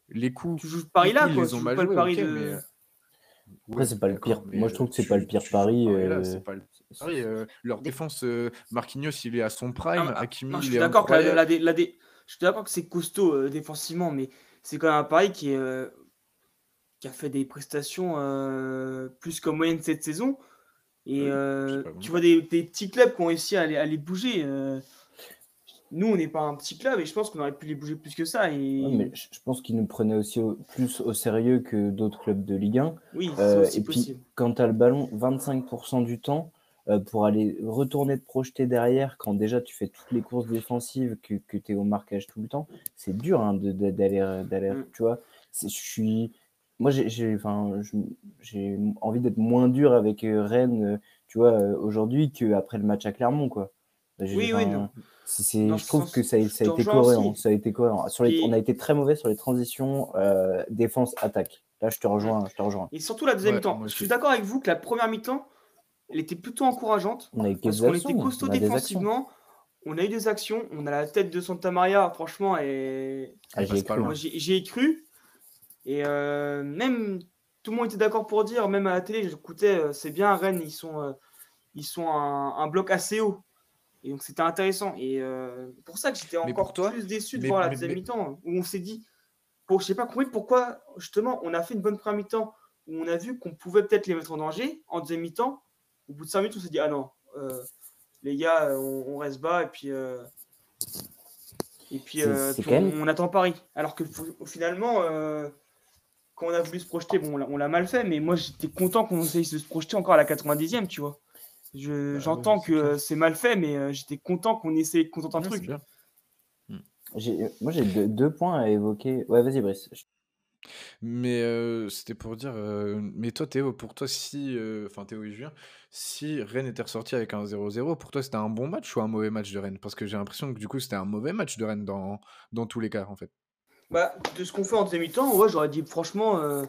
les coups, Tu joues le pari les là, coups, ils quoi. les Tu ont joues mal pas le joués, pari ok, de. mais euh, Après, ouais, c'est pas le pire. d'accord, mais Moi, je trouve euh, que c'est pas le tu, pire tu joues ce pari. pari-là, euh, c'est pas le c'est- pari. euh, leur Des- défense, euh, Marquinhos, il est à son Non, prime, mais, ah, Hakimi, non, je il suis est d'accord que la, la, incroyable. dé- la dé- je suis d'accord que c'est costaud euh, défensivement, mais c'est quand même un pari qui, est, euh, qui a fait des prestations euh, plus qu'en moyenne cette saison. Et Oui, c'est euh, pas le tu vois contraire. des, des petits clubs qui ont réussi à les, à les bouger. euh. Nous, on n'est pas un petit club et je pense qu'on aurait pu les bouger plus que ça. Ouais, mais Et je je pense qu'ils nous prenaient aussi au- plus au sérieux que d'autres clubs de Ligue un. oui, c'est Euh, aussi et puis, possible. quand tu as le ballon vingt-cinq pour cent du temps, euh, pour aller retourner te projeter derrière, quand déjà tu fais toutes les courses défensives, que, que tu es au marquage tout le temps, c'est dur hein, de- de- d'aller, d'aller, Mm. tu vois. C'est- Je suis, moi, j'ai, j'ai, enfin, je- j'ai envie d'être moins dur avec euh, Rennes, euh, tu vois, euh, aujourd'hui qu'après le match à Clermont, quoi. J'ai- Oui, oui, enfin, non. c'est, c'est- Dans je ce trouve que sens, ça, a- je ça a te été rejoins cohérent. aussi. Ça a été cohérent. Sur les, on a Puis, été très mauvais sur les transitions euh, défense-attaque. Là, je te mm. rejoins, je te rejoins. Et surtout la deuxième Ouais, mi-temps. moi Je suis aussi. d'accord avec vous que la première mi-temps, elle était plutôt encourageante On a eu parce quelques qu'on était actions, costaud on a des actions. défensivement. On a eu des actions. On a la tête de Santa Maria, franchement, et Ah, Elle j'y ai passe pas cru. moi loin. j'y j'y ai cru. Et euh, même tout le monde était d'accord pour dire, même à la télé, j'écoutais, euh, c'est bien, Rennes, ils sont, euh, ils sont un, un bloc assez haut. Et donc c'était intéressant. Et euh, pour ça que j'étais Mais pour encore toi, plus déçu de mais, voir la mais, deuxième mais- mi-temps, où on s'est dit, pour, je sais pas compris pourquoi, justement, on a fait une bonne première mi-temps, où on a vu qu'on pouvait peut-être les mettre en danger. En deuxième mi-temps, au bout de cinq minutes, on s'est dit, ah non, euh, les gars, euh, on, on reste bas, et puis, euh, et puis, C'est euh, c'est puis quand on, même. on attend Paris. Alors que f- finalement, euh, quand on a voulu se projeter, bon, on l'a- on l'a mal fait, mais moi j'étais content qu'on essaye de se projeter encore à la quatre-vingt-dixième, tu vois. Je- bah ouais, J'entends c'est que clair. euh, c'est mal fait, mais euh, j'étais content qu'on essaye de contenter un Ouais, c'est truc. bien. Mm. j'ai- Moi, j'ai deux, deux points à évoquer. Ouais, vas-y, Brice. Je- Mais euh, c'était pour dire. euh, mais toi, Théo, pour toi, si. euh, Enfin, Théo et Julien, si Rennes était ressorti avec un zéro zéro, pour toi, c'était un bon match ou un mauvais match de Rennes? Parce que j'ai l'impression que du coup, c'était un mauvais match de Rennes dans, dans tous les cas, en fait. Bah, de ce qu'on fait en deuxième mi-temps, ouais, j'aurais dit franchement euh,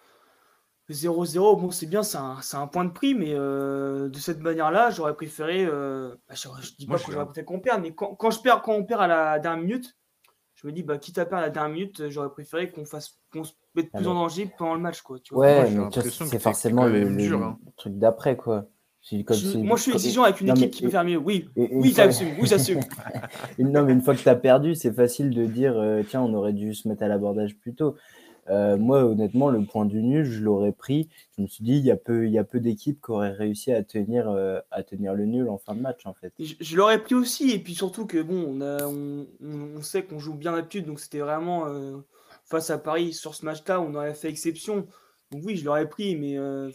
zéro zéro, bon, c'est bien, c'est un, c'est un point de prix, mais euh, de cette manière-là, j'aurais préféré. Euh, bah, je, je dis Moi, pas que j'ai j'aurais un. préféré qu'on perde, mais quand, quand je perds, quand on perd à la dernière minute, je me dis, bah, quitte à perdre à la dernière minute, j'aurais préféré qu'on fasse, qu'on se mette Ah, plus en mais... danger pendant le match, quoi, tu vois. Moi, Ouais, j'ai mais tu vois, l'impression que c'est t'es t'es forcément quand le, même le- dur, le hein. truc d'après, quoi. Si- Comme Je- c'est- moi, je suis co- exigeant avec une Non, mais équipe qui peut et- faire mieux. Oui, et- une oui, fois... j'assume, oui, j'assume. une- non, mais une fois que tu as perdu, c'est facile de dire euh, tiens, on aurait dû se mettre à l'abordage plus tôt. Euh, moi, honnêtement, le point du nul, je l'aurais pris. Je me suis dit, il y a peu, il y a peu d'équipes qui auraient réussi à tenir, euh, à tenir le nul en fin de match, en fait. Et Je, je l'aurais pris aussi, et puis surtout que bon, on, a, on, on- on sait qu'on joue bien d'habitude, donc c'était vraiment euh, face à Paris sur ce match-là, on aurait fait exception. Donc oui, je l'aurais pris, mais euh,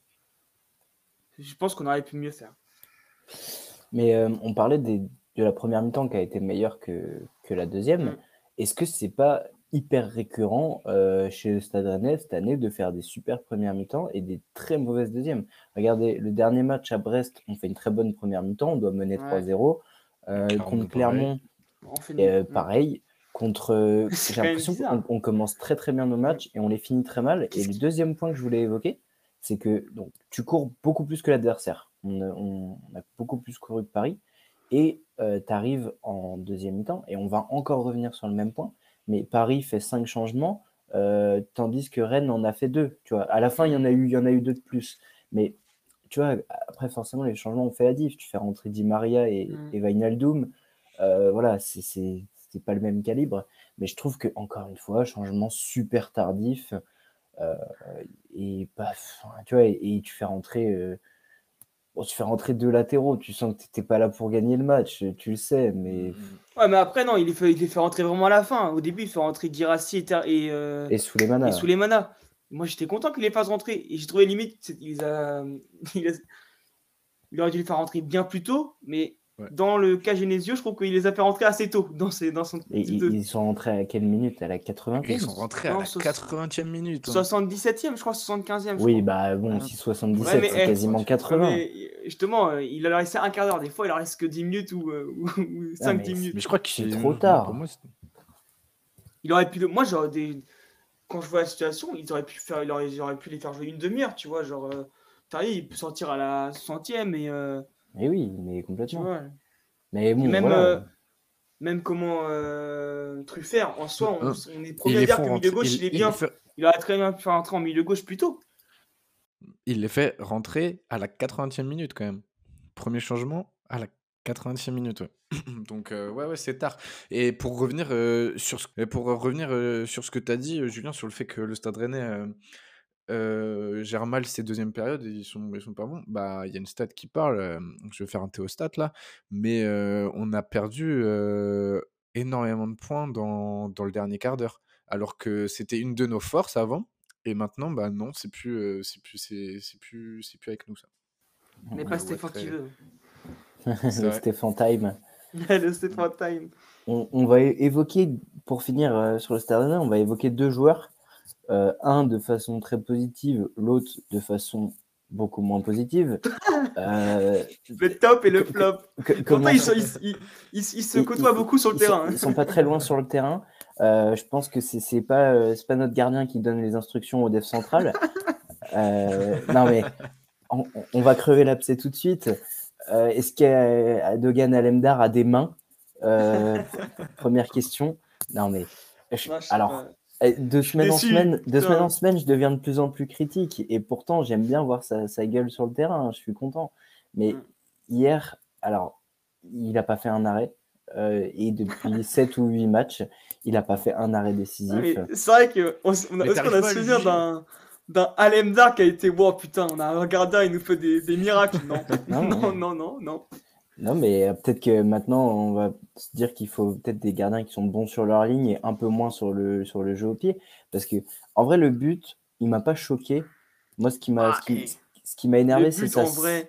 je pense qu'on aurait pu mieux faire. Mais euh, on parlait des- de la première mi-temps qui a été meilleure que, que la deuxième. Mm. Est-ce que c'est pas hyper récurrent euh, chez le Stade Rennais cette année de faire des super premières mi-temps et des très mauvaises deuxièmes? Regardez, le dernier match à Brest, on fait une très bonne première mi-temps, on doit mener Ouais. trois zéro. Euh, Clermont, contre pareil. Clermont, On fait euh, nul. Mm. pareil. Contre, euh, C'est j'ai quand même l'impression bizarre. qu'on on commence très très bien nos matchs et on les finit très mal. Et Qu'est-ce le qui- deuxième point que je voulais évoquer, c'est que donc, tu cours beaucoup plus que l'adversaire. On, a- on a beaucoup plus couru que Paris. Et tu arrives en deuxième mi-temps, et on va encore revenir sur le même point, mais Paris fait cinq changements, euh, tandis que Rennes en a fait deux. Tu vois. À la fin, il y en a eu, il y en a eu deux de plus. Mais tu vois, après, forcément, les changements ont fait la diff. Tu fais rentrer Di Maria et, Mm. et Wijnaldum. Euh, voilà, c'est, c'est, c'est pas le même calibre. Mais je trouve que, encore une fois, changement super tardif. euh, et, paf, tu vois, et, et tu fais rentrer. euh, Bon, tu fais rentrer deux latéraux, tu sens que tu n'étais pas là pour gagner le match, tu le sais, mais. Mm. Ouais, mais après, non, il les fait, il les fait rentrer vraiment à la fin. Au début, il fait rentrer Guirassy et, Ter- et, euh, Et Souleymana. et Souleymana. Moi, j'étais content qu'il les fasse rentrer. Et j'ai trouvé limite, c'est- il, les a, il, les- il aurait dû les faire rentrer bien plus tôt. Mais Ouais. dans le cas Genesio, je trouve qu'il les a fait rentrer assez tôt dans, ses, dans son Et type ils, de. ils sont rentrés à quelle minute? À la Ils quatre-vingtième? sont rentrés à Non, la so- quatre-vingtième minute. hein. soixante-dix-septième, je crois, soixante-quinzième. je Oui, crois. bah bon, Ouais. si Ouais, soixante-dix-sept, mais, c'est eh, quasiment ouais, quatre-vingts. mais justement, euh, il leur restait un quart d'heure. Des fois, il leur reste que dix minutes ou, euh, ou, ou Ah, cinq mais dix c'est- minutes. Mais je crois c'est que trop moi, tard. pour moi, c'est- Il aurait pu. le- Moi, j'aurais des. Quand je vois la situation, ils auraient pu faire, il aurait, ils auraient pu les faire jouer une demi-heure, tu vois. Genre, euh, Tari, il peut sortir à la soixantième et euh, Mais oui, mais tu complètement. vois. Mais Et bon, même, voilà. euh, même comment euh, Truffert, en soi, on, Hein, on est Ils premier à les dire font que le milieu rentrer. gauche, Ils, il est ils les bien. fait, Il aurait très bien pu rentrer en milieu gauche plus tôt. il les fait rentrer à la quatre-vingtième minute quand même. Premier changement à la quatre-vingtième minute. Ouais. Donc euh, ouais ouais c'est tard. Et pour revenir euh, sur ce, et pour revenir euh, sur ce que tu as dit, euh, Julien, sur le fait que le Stade Rennais euh, euh, gère mal ses deuxièmes périodes, et ils sont ils sont pas bons. Bah il y a une stat qui parle. euh, je vais faire un théostat là, mais euh, on a perdu euh, énormément de points dans, dans le dernier quart d'heure, alors que c'était une de nos forces avant. Et maintenant, bah non, c'est plus, euh, c'est plus, c'est, c'est plus, c'est plus avec nous ça. Mais Donc, pas euh, ouais, Stéphane qui très, veut. c'est Le vrai. Stéphane Time. Le Stéphane Time. On, on va é- évoquer, pour finir euh, sur le Stade Rennais, on va évoquer deux joueurs. Euh, un de façon très positive, l'autre de façon beaucoup moins positive. Euh, Le top et le que- que- flop. que- Pourtant, ils, commençons- sont, ils, ils- ils- ils se ils, côtoient ils- beaucoup sur le ils sont, terrain. ils sont pas très loin sur le terrain. Euh, je pense que c'est c'est pas euh, c'est pas notre gardien qui donne les instructions au dev central. Euh, non mais on, on va crever l'abcès tout de suite. Euh, Est-ce qu'Adogan Alemdar a des mains? Euh, pr- Première question. Non mais je- Non, je sais alors pas. euh, de Je suis semaine en déçu. semaine, de semaine en Putain. semaine, je deviens de plus en plus critique et pourtant j'aime bien voir sa, sa gueule sur le terrain. Je suis content. Mais Mm. hier, alors il n'a pas fait un arrêt euh, et depuis sept ou huit matchs, il n'a pas fait un arrêt Ah, décisif. mais c'est vrai que on, s- on a, Mais est-ce qu'on t'arrives a pas à le souvenir juger. d'un d'un Alemdar qui a été wow putain, on a un gardien, il nous fait des, des miracles. Non, Non, non, non. non, non, non. Non, mais euh, peut-être que maintenant, on va se dire qu'il faut peut-être des gardiens qui sont bons sur leur ligne et un peu moins sur le, sur le jeu au pied. Parce que, en vrai, le but, il m'a pas choqué. Moi, ce qui m'a, Ah, ce qui, et ce qui m'a le énervé, c'est but ça. en vrai,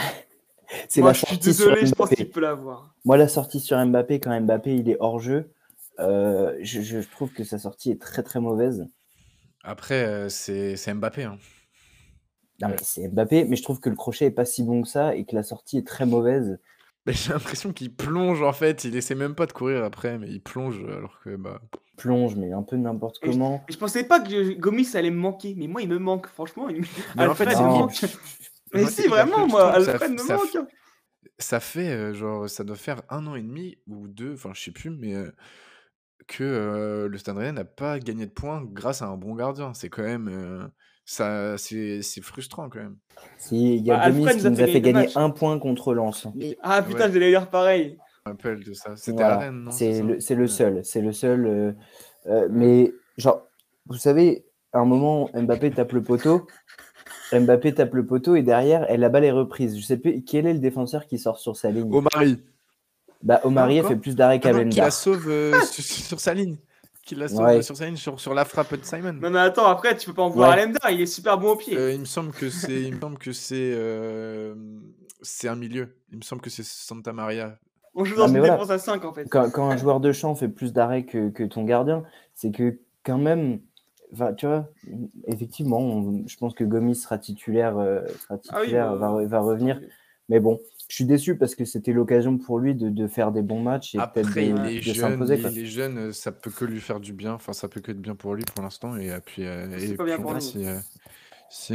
C'est moi la je suis sortie sur désolé, je pense qu'il Mbappé. peut l'avoir. Moi, la sortie sur Mbappé, quand Mbappé, il est hors jeu, euh, je, je trouve que sa sortie est très, très mauvaise. Après, euh, c'est, c'est Mbappé. Hein. Non, mais c'est Mbappé, mais je trouve que le crochet est pas si bon que ça et que la sortie est très mauvaise. Mais j'ai l'impression qu'il plonge en fait. Il essaie même pas de courir après, mais il plonge alors que bah. Plonge, mais un peu n'importe Et je, comment. et je pensais pas que Gomis allait me manquer, mais moi il me manque, franchement. il- Mais en fait, Alfred c'est- me Non, manque. je- Mais moi, si, et après, vraiment, je moi, trouve que ça, Alfred me ça, manque. ça fait euh, genre ça doit faire un an et demi ou deux, enfin je sais plus, mais euh, que euh, le Stade Rennais n'a pas gagné de points grâce à un bon gardien. C'est quand même euh, ça, c'est c'est frustrant quand même. si, il y a Bah, Gomis Alfred nous qui a nous fait a gagner fait deux gagner matchs. un point contre Lens. Et- Ah putain, ouais, j'allais dire pareil. je me rappelle de ça. C'était à Voilà, Rennes, non? c'est ça le, c'est le Ouais. seul, c'est le seul. euh, euh, mais genre, vous savez, à un moment, Mbappé tape le poteau, Mbappé tape le poteau et derrière, elle la balle est reprise. Je sais plus quel est le défenseur qui sort sur sa ligne. Omari. Bah, Omari Hein, a fait quoi plus d'arrêts Ah non, qui la qu'Alemdar. sauve euh, sur, sur sa ligne. Qui la sauve Ouais, sur sa ligne sur, sur la frappe de Simon. Non mais attends, après tu peux pas en vouloir à ouais. Alemdar, il est super bon au pied. Euh, il me semble que c'est, il me semble que c'est, euh, c'est un milieu. Il me semble que c'est Santa Maria. On joue Non, dans mais une voilà. défense à cinq en fait. Quand, quand un joueur de champ fait plus d'arrêts que, que ton gardien, c'est que quand même, enfin, tu vois, effectivement, on- je pense que Gomis sera titulaire, euh, sera Ah oui, titulaire, va, bah, re- va tant revenir. mieux. Mais bon, je suis déçu parce que c'était l'occasion pour lui de, de faire des bons matchs et peut-être Après, il de, est de jeune, s'imposer, quoi. il est jeune, euh, ça peut que lui faire du bien. Enfin, ça peut que être bien pour lui pour l'instant. Et euh, puis, euh, C'est et pas puis bien on pour verra nous. si, euh, si...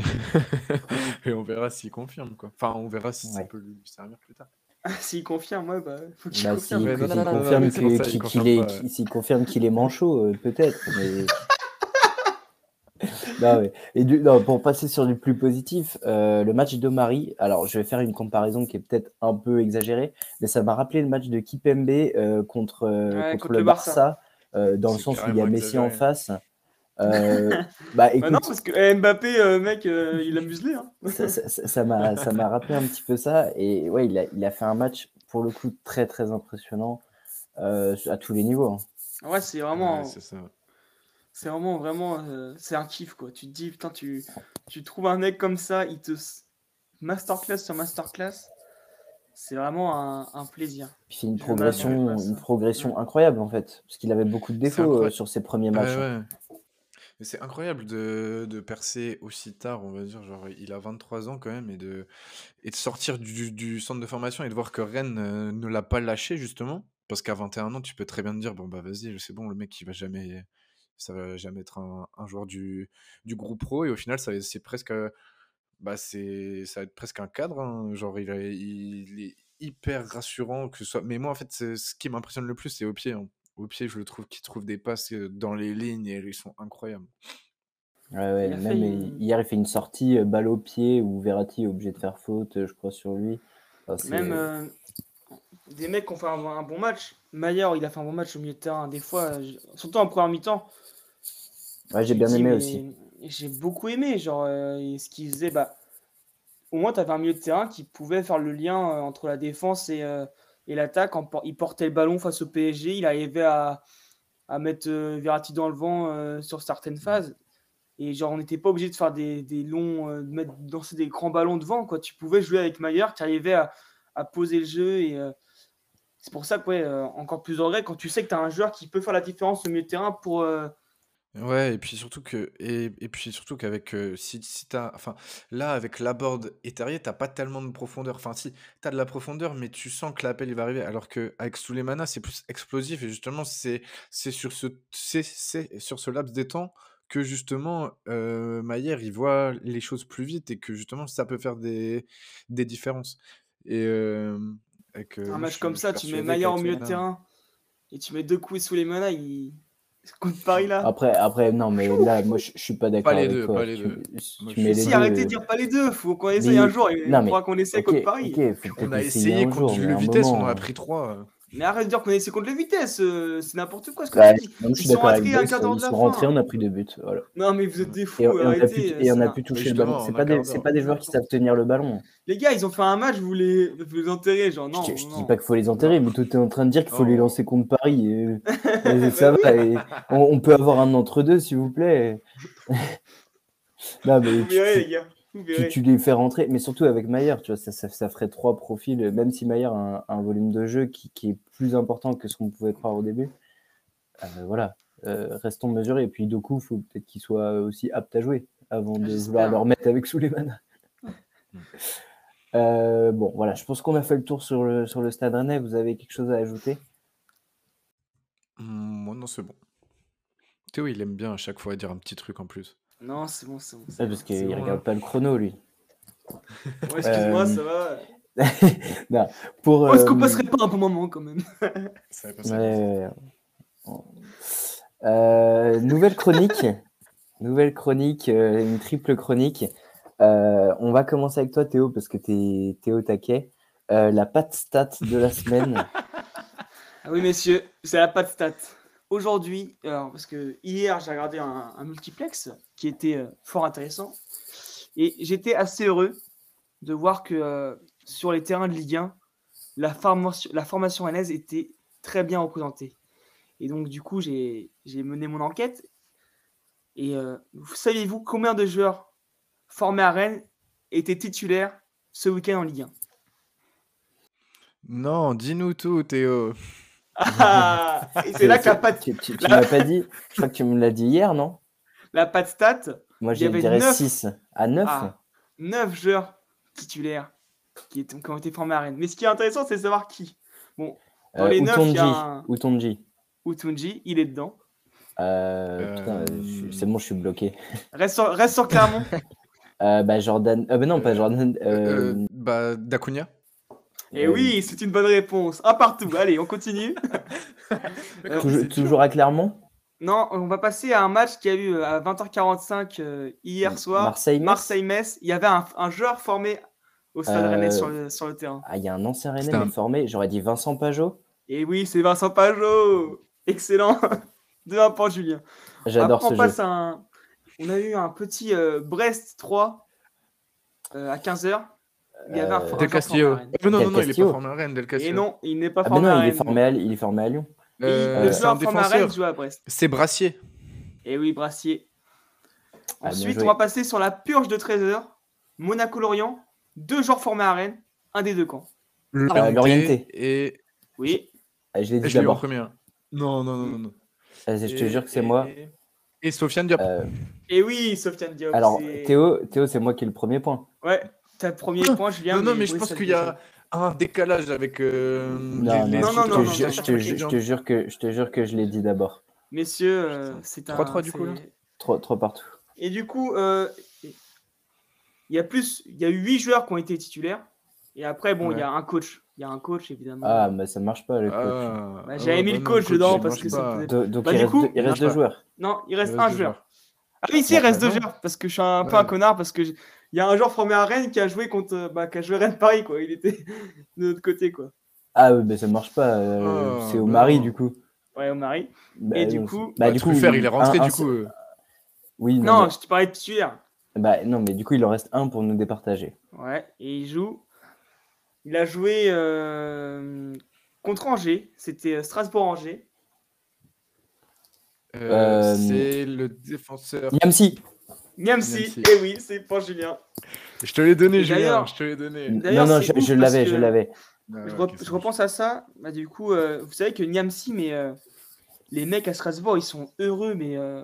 et on verra s'il confirme quoi. Enfin, on verra si ça Ouais. peut lui servir plus tard. Ah, s'il confirme, ouais, bah, faut qu'il Bah, confirme. s'il Ouais, non, non, s'il non, non, non, confirme mais c'est pour que- ça, il qu'il confirme qu'il est, pas. qu'il- s'il confirme qu'il est manchot, euh, peut-être. Mais non, mais- et du- non, pour passer sur du plus positif, euh, le match d'Omari, alors je vais faire une comparaison qui est peut-être un peu exagérée, mais ça m'a rappelé le match de Kipembe euh, contre, euh, Ouais, contre contre le le Barça. Barça, euh, dans le C'est sens où il y a carrément Messi en exagéré. face. Euh, bah Bah non, écoute, parce que eh, Mbappé, euh, mec, euh, il a muselé. Hein. ça ça- ça- ça m'a ça m'a rappelé un petit peu ça, et ouais, il a, il a fait un match pour le coup très très impressionnant euh, à tous les niveaux, hein. Ouais, c'est Ouais, vraiment, c'est ça. c'est vraiment, vraiment, euh, c'est un kiff quoi. Tu te dis, putain, tu, tu trouves un mec comme ça, il te s- masterclass sur masterclass. C'est vraiment un, un plaisir. Puis c'est une Je m'attendais progression, pas à une ça. progression incroyable en fait, parce qu'il avait beaucoup de C'est défauts euh, incroyable. sur ses premiers Ouais, matchs, hein. ouais. Mais c'est incroyable de, de percer aussi tard, on va dire. Genre, il a vingt-trois ans quand même, et de, et de sortir du, du centre de formation et de voir que Rennes euh, ne l'a pas lâché, justement. Parce qu'à vingt et un ans, tu peux très bien te dire, bon, bah vas-y, c'est bon, le mec, il va jamais, ça va jamais être un, un joueur du, du groupe pro. Et au final, ça, c'est presque, euh, bah, c'est, ça va être presque un cadre. Hein. Genre, il, a- il, est- hyper rassurant que ce soit. Mais moi, en fait, c'est- ce qui m'impressionne le plus, c'est au pied. hein. Au pied, je le trouve qu'il trouve des passes euh, dans les lignes et ils sont incroyables. Ouais, ouais, Il a même fait euh, une- hier, il fait une sortie euh, balle au pied où Verratti est obligé de faire faute, euh, je crois, sur lui. Enfin, c'est- Même euh, des mecs qui ont fait un, un bon match. Maillard, il a fait un bon match au milieu de terrain. Des fois, euh, je- surtout en première mi-temps, Ouais, j'ai tu te bien dis, aimé mais aussi. j'ai beaucoup aimé. Genre, euh, et ce qu'il faisait, bah, au moins, tu avais un milieu de terrain qui pouvait faire le lien euh, entre la défense et, euh, et l'attaque. En por- Il portait le ballon face au P S G. Il arrivait à, à mettre euh, Verratti dans le vent euh, sur certaines phases. Et genre, on n'était pas obligé de faire des, des longs, euh, de mettre, danser des grands ballons devant, quoi. Tu pouvais jouer avec Maillard, tu arrivais à, à poser le jeu. Et euh, c'est pour ça que, ouais, euh, encore plus de regret quand tu sais que tu as un joueur qui peut faire la différence au milieu de terrain pour. euh, Ouais, et puis surtout que et, et puis surtout qu'avec euh, si, si t'as enfin là avec Laborde et Terrier, t'as pas tellement de profondeur. Enfin si, t'as de la profondeur, mais tu sens que l'appel il va arriver. Alors que avec Souleymana, c'est plus explosif et justement c'est c'est sur ce c'est, c'est sur ce laps des temps que justement euh, Maillère il voit les choses plus vite et que justement ça peut faire des des différences. Et euh, avec euh, un moi je match suis comme je suis ça, tu mets persuadé Maillard qu'avec au milieu de Souleymana. terrain et tu mets deux coups sous les manas, il. Contre Paris là. Après, après, non, mais là, moi, je, je suis pas Pas d'accord les avec deux, toi. pas les Tu, deux. Moi tu je mets Mais suis les pas si, deux. les arrêtez deux. de euh, dire pas les deux, faut qu'on essaye un Mais jour et non, il mais faudra qu'on essaye ok, contre Paris. ok, faut On peut-être a essayer essayé un contre jour, mais le à un Vitesse, on en a moment. pris trois. Mais arrête de dire qu'on essaie contre les vitesses, euh, c'est n'importe quoi ce que Bah, tu dis. moi, je Ils suis sont d'accord avec rentrés à un Boys. quart d'heure Ils de la sont rentrés, fin. on a pris deux buts. Voilà. Non mais vous êtes Ouais. des Et, fous, et on a pu, arrêtez, euh, et ça on a n'a. pu Mais toucher le ballon. justement, C'est en un pas des, quart c'est d'heure. pas des joueurs qui savent tenir le ballon. Les gars, ils ont fait un match, vous les, vous les enterrez, genre Je, te- non, je dis non. pas qu'il faut les enterrer, mais toi, tu es en train de dire qu'il faut les Oh. lancer contre Paris. Et, et ça Bah va. oui, Et on, on peut avoir un entre-deux, s'il vous plaît. Non, mais vous tu, verrez tu, les gars, vous tu, verrez. tu les fais rentrer, mais surtout avec Maillard, tu vois, ça, ça, ça ferait trois profils, même si Maillard a un, un volume de jeu qui, qui est plus important que ce qu'on pouvait croire au début. Euh, voilà, Euh, restons mesurés. Et puis Doku, il faut peut-être qu'il soit aussi apte à jouer avant de J'espère. vouloir le remettre avec Souleymane. Euh, bon, voilà, je pense qu'on a fait le tour sur le, sur le Stade Rennais. Vous avez quelque chose à ajouter? Hmm, Moi, non, c'est bon. Théo, il aime bien à chaque fois dire un petit truc en plus. Non, c'est bon, c'est bon. ça Ouais, va. parce C'est qu'il bon, regarde hein. pas le chrono, lui. Ouais, excuse-moi, Euh, ça va. non, pour, Oh, est-ce qu'on euh, passerait pas un bon moment quand même? Ça va passer. ouais, ouais. Euh, nouvelle chronique. Nouvelle chronique, euh, une triple chronique. Euh, on va commencer avec toi, Théo, parce que t'es Théo taquet. Euh, la patte stat de la semaine. Ah oui, messieurs, c'est la patte stat. Aujourd'hui, alors, parce que hier, j'ai regardé un, un multiplex qui était euh, fort intéressant. Et j'étais assez heureux de voir que euh, sur les terrains de Ligue un, la formation, la formation rennaise était très bien représentée. Et donc, du coup, j'ai j'ai mené mon enquête. Et euh, vous saviez-vous combien de joueurs formés à Rennes étaient titulaires ce week-end en Ligue un? Non, dis-nous tout, Théo. Ah, et c'est C'est- là que la c'est- patte, Tu, tu- tu la- m'as pas dit, je crois que tu me l'as dit hier, non? la patte stat, Moi, il y je avait dirais neuf six. À neuf? ah, neuf joueurs titulaires qui, étaient- qui ont été formés à Rennes. Mais ce qui est intéressant, c'est de savoir qui. Bon, dans Euh, les neuf, il y Utonji. a un Utonji. Utunji, il est dedans. Euh, putain, Euh, je suis- c'est bon, je suis bloqué. Reste sur, reste sur Clermont. Euh, bah, Jordan. Euh, bah non, pas Euh, Jordan. euh, Euh, bah, Dacunia. Et euh, oui, c'est une bonne réponse. Un partout. Allez, on continue. Euh, toujours, c'est toujours à Clermont? Non, on va passer à un match qui a eu à vingt heures quarante-cinq euh, hier soir. Marseille-Metz Marseille-Metz. Il y avait un, un joueur formé au Stade Euh, Rennais sur le, sur le terrain. Ah, il y a un ancien Rennais, C'était un- mais formé. J'aurais dit Vincent Pajot. Et oui, c'est Vincent Pajot. Excellent. deux un pour Julien. J'adore Après, ce on jeu. passe à un... On a eu un petit euh, Brest trois euh, à quinze heures. Il y avait un, Euh, un Del joueur formé à Castillo. Rennes. Euh, non, Del non, non, il est Castillo. pas formé à Rennes, Del Castillo. Et non, il n'est pas Ah, ben formé non, à il est Rennes. formé à, il est formé à Lyon. Et Euh, le c'est un joueur formé à Rennes défenseur. joue à Brest. C'est Brassier. Et oui, Brassier. Ah, bien Ensuite, joué. on va passer sur la purge de treize heures. Monaco-Lorient. Deux joueurs formés à Rennes. Un des deux camps. Lorienté. Lorienté. Et Oui. Ah, je l'ai dit je l'ai eu en d'abord. premier. hein. Non, non, non, non. non. Euh, Je te Et- jure que c'est et- moi. Et, et Sofiane Diop. Euh, Et oui, Sofiane Diop. alors, c'est- Théo, Théo, c'est moi qui ai le premier point. Ouais, t'as le premier point, Julien. non, non, mais je oui, pense ça, qu'il je y le a un décalage avec euh, Non, les, les non, non, je, non, te non, ju- non, je non, te non, ju- non. je te jure que je te jure que je l'ai dit d'abord. Messieurs, euh, c'est un. trois trois du coup, là c'est- Trois, trois partout. Et du coup, euh, il y a plus, il y a eu huit joueurs qui ont été titulaires Et après, bon, il Ouais. y a un coach. Il y a un coach, évidemment. Ah, mais ça marche pas, le coach. Ah, Bah, ah j'avais ouais, mis bah le non, coach coach, dedans il parce marche que ça pas. faisait. Do- Donc, Bah, il du reste, coup, deux, il Il reste marche deux pas. joueurs. non, il Il reste reste un deux joueur. joueurs. Ah oui, si, il Bon, reste Bah deux non. joueurs parce que je suis un peu Ouais. un connard parce que j- il y a un joueur formé à Rennes qui a joué contre, bah, qui a joué Rennes-Paris, quoi. Il était de l'autre côté, quoi. Ah oui, mais ça marche pas. euh, c'est Ah, au bah mari, non. du coup. Ouais, au mari. Bah, Et du non, c'est- coup, bah, Bah, du coup, Truffert, il est un, rentré, un du se- coup. euh. oui, non, non, mais, je te parlais de titulaire. bah, non, mais du coup, il en reste un pour nous départager. Ouais, et il joue. Il a joué euh, contre Angers. C'était euh, Strasbourg-Angers. Euh, Euh, c'est le défenseur Niamsi. Niamsi. Niamsi. Eh oui, c'est pour Julien. Je te l'ai donné, Et Julien. d'ailleurs- Je te l'ai donné. Non, D'ailleurs, non, c'est je, ouf je parce l'avais, que- je l'avais. Ah, Je, ok, rep- ça je marche. repense à ça. Bah, du coup, euh, vous savez que Niamsi, mais euh, les mecs à Strasbourg, ils sont heureux, mais euh,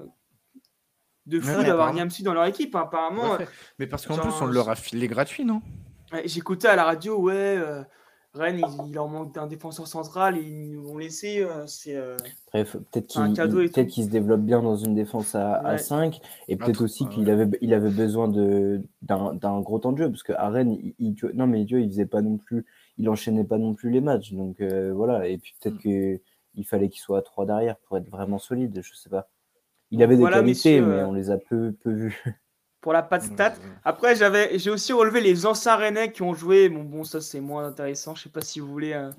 de fou Ouais, d'avoir apparemment. Niamsi dans leur équipe. hein. Apparemment, Ouais, mais parce qu'en genre, plus, on leur a filé gratuit, non? Ouais, j'écoutais à la radio, ouais, euh, Rennes, il, il leur manque d'un défenseur central, et ils nous l'ont laissé. euh, c'est euh, Après, faut- peut-être C'est un qu'il cadeau il- et peut-être tout. qu'il se développe bien dans une défense à, à Ouais. cinq, et Ah, peut-être trop- aussi ah, qu'il ouais. avait, il avait besoin de, d'un, d'un gros temps de jeu, parce qu'à Rennes, il, il jouait- non, mais Dieu, il faisait pas non plus, il enchaînait pas non plus les matchs, donc euh, voilà, et puis peut-être Mm. qu'il fallait qu'il soit à trois derrière pour être vraiment solide, je sais pas. Il avait des Voilà, qualités, messieurs, mais euh, on les a peu, peu vues. pour la patte Ouais, stat. ouais. Après, j'avais, j'ai aussi relevé les anciens Rennais qui ont joué. Bon, bon, ça c'est moins intéressant. Je sais pas si vous voulez. euh,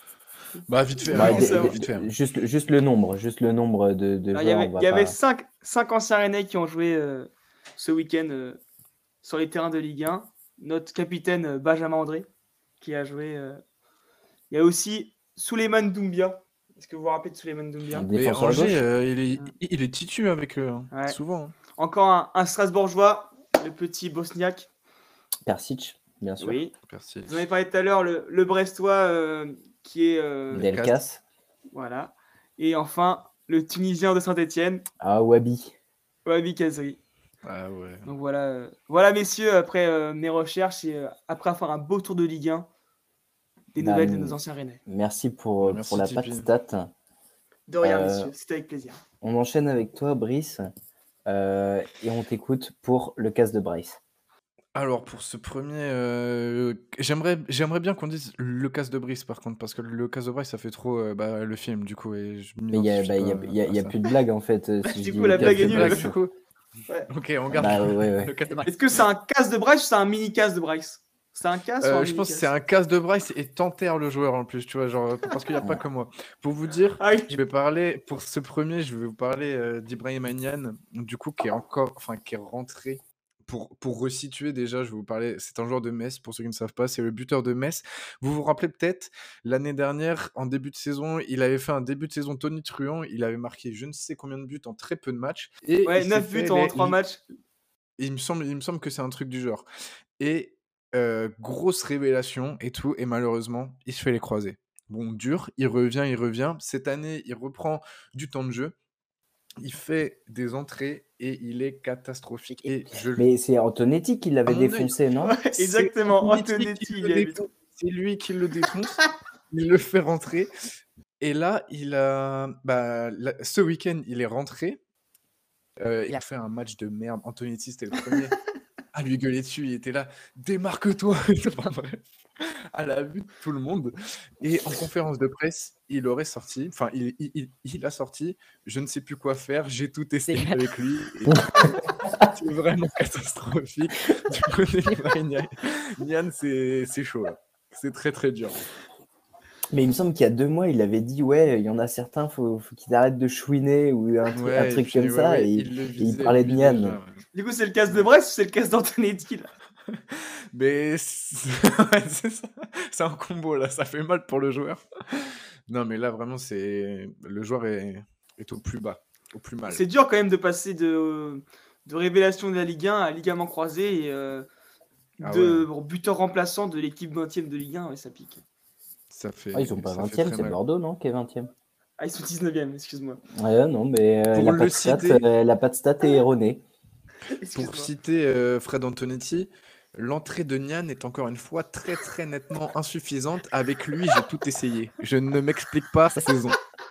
Bah, vite fait. Bah, alors, des- ça, des- vite fait. hein. juste, juste le nombre, juste le nombre de, de Alors, il y joueurs, avait, on va il y avait pas- cinq, cinq anciens Rennais qui ont joué euh, ce week-end euh, sur les terrains de Ligue un. Notre capitaine euh, Benjamin André qui a joué. euh, Il y a aussi Souleymane Doumbia. Est-ce que vous vous rappelez de Souleymane Doumbia? un Mais défenseur à Angers, gauche. euh, il, est, Mm. il est titu avec eux, hein, Ouais. souvent. hein. Encore un, un Strasbourgeois, le petit Bosniaque. Persic, bien sûr. Oui. Persil. Vous en avez parlé tout à l'heure, le, le Brestois euh, qui est. euh, Delcas. Voilà. Et enfin, le Tunisien de Saint-Etienne, Ah, Wabi. Wabi Kazri. Ah ouais. Donc voilà, euh, voilà messieurs, après euh, mes recherches et euh, après avoir un beau tour de Ligue un, des Bah, nouvelles de m- nos anciens Rennais. Merci pour, Merci, pour la Tipeee. patte stat. De rien, Euh, messieurs, c'était avec plaisir. On enchaîne avec toi, Brice, euh, et on t'écoute pour le casse de Bryce. Alors, pour ce premier, euh, j'aimerais, j'aimerais bien qu'on dise le casse de Brice, par contre, parce que le casse de Brice, ça fait trop euh, bah, le film, du coup, et je Mais il n'y a, m'identifie bah, y a, pas y a- à y a ça. plus de blague en fait. euh, Si Du je coup, dis la le casse blague de est nulle, Blague, Bryce. du coup. Ouais. Ok, on garde Bah, le, ouais, ouais. le casse de Brice. Est-ce que c'est un casse de Bryce ou c'est un mini casse de Bryce? C'est un casse ou un Euh, mini je pense que casse c'est un casse de Bryce et t'enterres le joueur en plus, tu vois, genre, parce qu'il n'y a pas que moi. Pour vous dire, Ah oui. je vais parler, pour ce premier, je vais vous parler euh, d'Ibrahim Niane, du coup, qui est encore, enfin, qui est rentré. Pour, pour resituer déjà, je vais vous parler, c'est un joueur de Metz, pour ceux qui ne savent pas, c'est le buteur de Metz. Vous vous rappelez peut-être, l'année dernière, en début de saison, il avait fait un début de saison tonitruant, il avait marqué je ne sais combien de buts en très peu de matchs. Et Ouais, il neuf s'est fait buts en les- trois il- matchs. il me semble, il me semble que c'est un truc du genre. Et euh, grosse révélation et tout, et malheureusement, il se fait les croisés. Bon, dur, il revient, il revient. Cette année, il reprend du temps de jeu. Il fait des entrées et il est catastrophique. Et je le Mais c'est Antonetti qui l'avait À mon œil. défoncé, non? Ouais, c'est exactement, Antonetti Antonetti, qui il le y a eu. défonce. C'est lui qui le défonce. Il le fait rentrer. Et là, il a, bah, là, ce week-end, il est rentré. Euh, il a fait un match de merde. Antonetti, c'était le premier à lui gueuler dessus. Il était là, démarque-toi. Enfin, bref, à la vue de tout le monde. Et en conférence de presse, il aurait sorti, enfin, il, il, il- il a sorti, je ne sais plus quoi faire, j'ai tout testé avec lui. Et c'est vraiment catastrophique. Du côté de Nian, Nian, c'est c'est chaud. là. C'est très très dur. Mais il me semble qu'il y a deux mois, il avait dit ouais, il y en a certains, faut, faut qu'ils arrêtent de chouiner ou un, truc- un Ouais, et truc puis, comme ouais, ça. ouais, et, il, le et il visait, parlait de lui, Nian. déjà, ouais. Du coup, c'est le casse de Brest ou c'est le casse d'Antonetti là? Mais c'est ouais, c'est ça. C'est un combo là, ça fait mal pour le joueur. Non, mais là vraiment, c'est le joueur est, est au plus bas, au plus mal. C'est dur quand même de passer de, de révélation de la Ligue un à ligament croisé et euh, Ah de ouais. bon, buteur remplaçant de l'équipe vingtième de Ligue un, ouais, ça pique. Ça fait, Ah, ils sont pas ça fait vingtième, très c'est mal. Bordeaux, non, qui est vingtième. Ah, ils sont dix-neuvième, excuse-moi. Ouais, non, mais euh, Pour la le patte stat, citer- euh, la patte stat est erronée. Pour Excuse-moi. citer euh, Fred Antonetti, l'entrée de Nian est encore une fois très très nettement insuffisante. Avec lui, j'ai tout essayé. Je ne m'explique pas sa saison.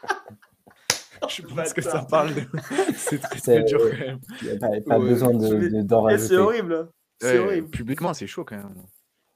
Je pense que ça Bâtard. parle de... C'est très, C'est- très dur quand même. Il n'y a pas, pas Ouais, besoin de, je vais- de- d'en Eh, c'est rajouter. horrible. hein. C'est Ouais, horrible. publiquement, c'est chaud quand même.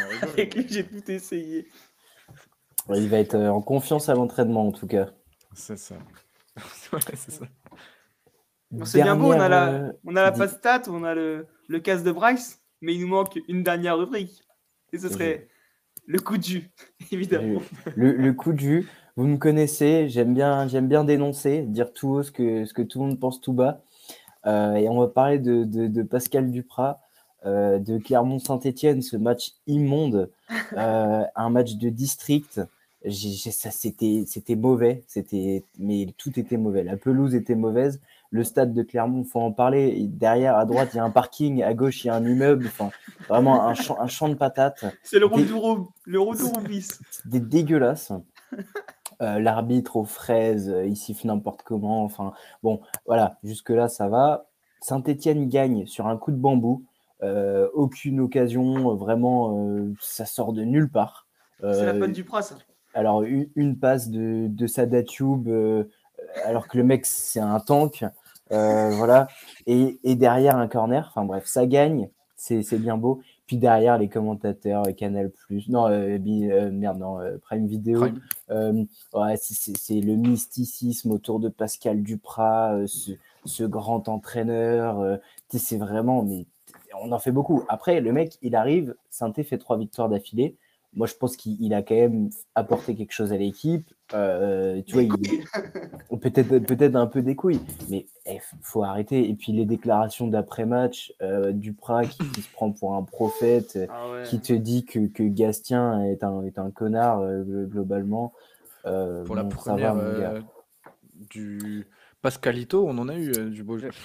On rigole. Avec lui, j'ai tout essayé. Il va être euh, en confiance à l'entraînement, en tout cas. C'est ça. Ouais, c'est ça. Bon, c'est bien beau, on a la, Dernière, on a la dis- passe stat, on a le, le casse de Bryce, mais il nous manque une dernière rubrique. Et ce C'est serait le coup de jus, évidemment. Le, le coup de jus, vous me connaissez, j'aime bien, j'aime bien dénoncer, dire tout haut ce que, ce que tout le monde pense tout bas. Euh, et on va parler de, de, de Pascal Duprat, euh, de Clermont-Saint-Étienne, ce match immonde, euh, un match de district. J'ai- j'ai- ça, c'était, c'était mauvais, c'était, mais tout était mauvais. La pelouse était mauvaise. Le stade de Clermont, faut en parler. Et derrière, à droite, il y a un parking, à gauche, il y a un immeuble. Enfin, vraiment un champ, un champ de patates. C'est le Des- retour le retour au vice. C'était dégueulasse. Euh, l'arbitre aux fraises, euh, il siffle n'importe comment. Enfin, bon, voilà, jusque-là, ça va. Saint-Étienne gagne sur un coup de bambou. Euh, aucune occasion, euh, vraiment, euh, ça sort de nulle part. C'est la Euh, patte du Pras, ça. alors, une, une passe de, de Sada Tube, euh, alors que le mec, c'est un tank. Euh, voilà. Et, et derrière, un corner. Enfin, bref, ça gagne. C'est c'est bien beau. Puis derrière, les commentateurs, euh, Canal+, non, euh, Bi- euh, merde, non, euh, Prime Video. Prime. Euh, ouais, c'est- c'est c'est le mysticisme autour de Pascal Duprat, euh, ce, ce grand entraîneur. euh, tu sais, c'est vraiment, mais on en fait beaucoup. Après, le mec, il arrive, Saint-Étienne fait trois victoires d'affilée. Moi, je pense qu'il il a quand même apporté quelque chose à l'équipe. Euh, tu vois, il- peut-être peut-être un peu des couilles, mais il faut arrêter. Et puis les déclarations d'après-match, euh, Duprat qui, qui se prend pour un prophète, euh, Ah ouais. qui te dit que, que Gastien est un, est un connard euh, globalement. Euh, Pour la bon, ça va, première mon gars. euh, du Pascalito, on en a eu euh, du beau jeu.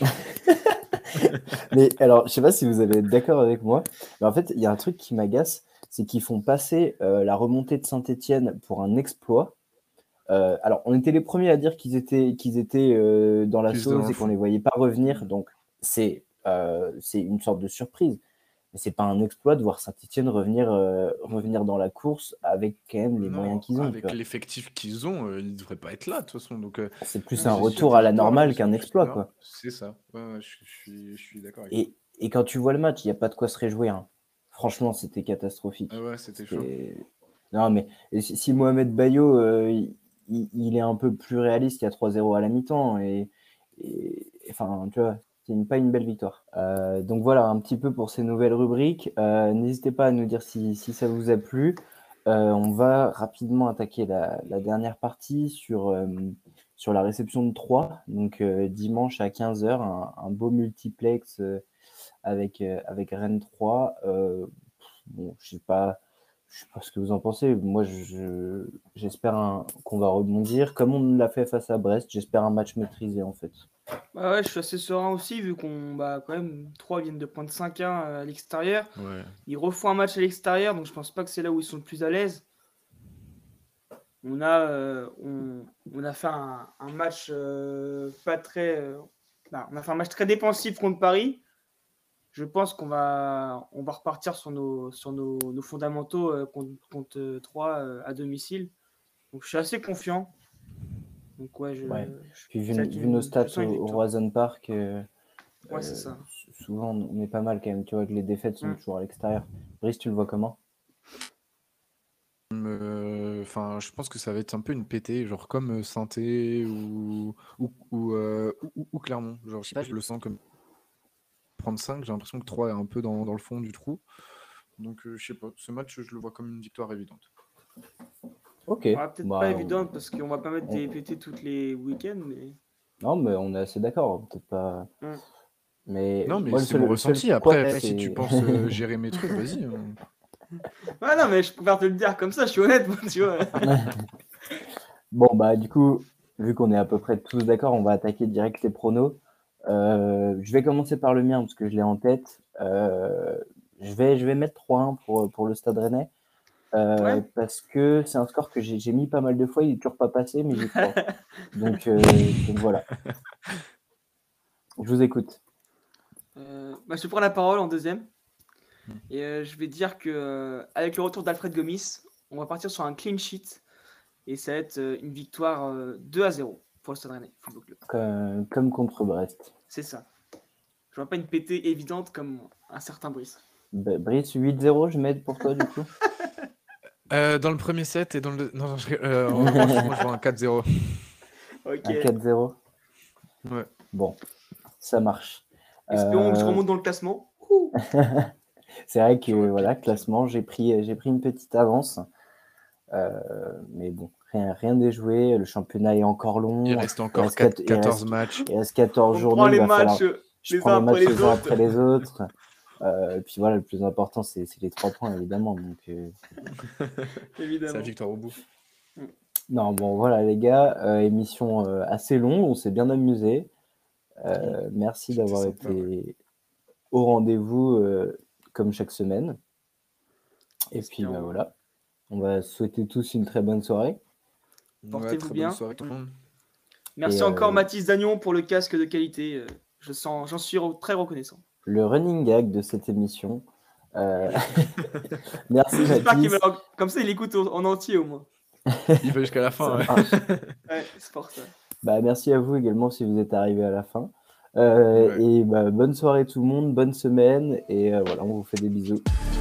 Mais alors, je sais pas si vous allez être d'accord avec moi, mais en fait, il y a un truc qui m'agace, c'est qu'ils font passer euh, la remontée de Saint-Étienne pour un exploit. Euh, alors, on était les premiers à dire qu'ils étaient, qu'ils étaient euh, dans la Plus dans sauce le et qu'on fond. les voyait pas revenir, donc c'est euh, c'est une sorte de surprise. Mais c'est pas un exploit de voir Saint-Étienne revenir, euh, revenir dans la course avec quand même les Non, moyens qu'ils ont. tu avec vois. l'effectif qu'ils ont, euh, ils ne devraient pas être là de toute façon. Donc, euh, C'est plus Ouais, un c'est retour des à la victoires, normale ils sont qu'un plus exploit, là. quoi. C'est ça. Ouais, ouais, je, je suis, je suis d'accord avec toi. Et, et quand tu vois le match, il n'y a pas de quoi se réjouir. hein. Franchement, c'était catastrophique. Ah ouais, c'était chaud. C'était- Non, mais et si, si Mohamed Bayo, euh, il, il- il est un peu plus réaliste, il y a trois zéro à la mi-temps. Et, et- enfin, tu vois, c'est une- pas une belle victoire. Euh, donc voilà, un petit peu pour ces nouvelles rubriques. Euh, n'hésitez pas à nous dire si, si ça vous a plu. Euh, on va rapidement attaquer la, la dernière partie sur, euh, sur la réception de Troyes. Donc euh, dimanche à quinze heures, un, un beau multiplex euh, avec, euh, avec Rennes trois. Euh, bon, je sais pas, je sais pas ce que vous en pensez. Moi, je, j'espère un- qu'on va rebondir. Comme on l'a fait face à Brest, j'espère un match maîtrisé en fait. Bah ouais, je suis assez serein aussi, vu qu'on, bah, quand même, trois viennent de prendre cinq un à l'extérieur. Ouais. Ils refont un match à l'extérieur, donc je pense pas que c'est là où ils sont le plus à l'aise. On a, euh, on, on a fait un, un match euh, pas très. euh, bah, on a fait un match très défensif contre Paris. Je pense qu'on va, on va repartir sur nos, sur nos, nos fondamentaux euh, contre, contre euh, Troyes euh, à domicile. Donc je suis assez confiant. Donc ouais, je, Ouais. je- Puis vu, ça va être vu nos une- je stats sens au, une au victoire. Roison Park, euh, Ouais, c'est euh, ça. souvent on est pas mal quand même. Tu vois que les défaites sont Mm. toujours à l'extérieur. Brice, tu le vois comment? Euh, Enfin, je pense que ça va être un peu une pétée, genre comme euh, Saint-Étienne ou, ou, ou, euh, ou- ou- ou Clermont. Genre, je sais pas, je le sens comme prendre cinq. J'ai l'impression que trois est un peu dans, dans le fond du trou. Donc, euh, je sais pas, ce match, je le vois comme une victoire évidente. Ok. Ouais, peut-être Bah, pas on- évident parce qu'on va pas mettre on- des P T tous les week-ends, mais Non, mais on est assez d'accord. Peut-être pas. Mm. Mais Non, mais moi, le c'est seul, mon le seul ressenti. Après, couac, si tu c'est. penses euh, gérer mes trucs, vas-y. hein. ouais, non, mais je préfère te le dire comme ça. Je suis honnête, moi, tu vois. Bon, bah, du coup, vu qu'on est à peu près tous d'accord, on va attaquer direct les pronos. Euh, je vais commencer par le mien parce que je l'ai en tête. Euh, je vais, je vais mettre trois un pour, pour le Stade Rennais. Euh, Ouais. parce que c'est un score que j'ai j'ai mis pas mal de fois, il n'est toujours pas passé, mais j'y crois. Donc, euh, donc voilà, je vous écoute. Euh, bah, je te prends la parole en deuxième. Et euh, je vais dire que euh, avec le retour d'Alfred Gomis, on va partir sur un clean sheet. Et ça va être euh, une victoire euh, deux à zéro pour le Stade Rennais Football Club. Comme, comme contre Brest. C'est ça. Je vois pas une P T évidente comme un certain Brice. Bah, Brice, huit zéro, je mets pour toi, du coup. Euh, dans le premier set et dans le. Non, non, je... euh, en revanche, moi je vois un quatre zéro. Ok. Un quatre zéro. Ouais. Bon, ça marche. Espérons que je Euh, remonte dans le classement. Ouh. C'est vrai que Sur le voilà, pic. classement, j'ai pris, j'ai pris une petite avance. Euh, mais bon, rien, rien n'est joué. Le championnat est encore long. Il reste Il encore reste, quatre- quat- il quatorze reste- matchs. il reste quatorze On journées. prend Il les va falloir. matchs euh, Je les prends uns les après matchs les les uns autres. après les autres. Euh, et puis voilà, le plus important, c'est c'est les trois points, évidemment. Donc, euh, C'est Évidemment. la victoire au bout. non, bon, voilà, les gars, euh, émission euh, assez longue. On s'est bien amusé. Euh, merci C'était d'avoir sympa, été ouais. au rendez-vous euh, comme chaque semaine. Et puis bah, Espérons. voilà, on va souhaiter tous une très bonne soirée. Ouais, Portez-vous très bien. bonne soirée tout le monde. Merci Et, encore euh, Mathis Dagnon pour le casque de qualité. euh, Je sens, j'en suis re- très reconnaissant. Le running gag de cette émission. Euh, Merci J'espère qu'il Mathis. va... Comme ça, il écoute au- en entier au moins. Il va jusqu'à la fin. Ça Ouais. marche. Ouais, c'est pour ça. Bah, merci à vous également si vous êtes arrivé à la fin. Euh, Ouais. Et bah, bonne soirée tout le monde, bonne semaine. Et euh, voilà, on vous fait des bisous.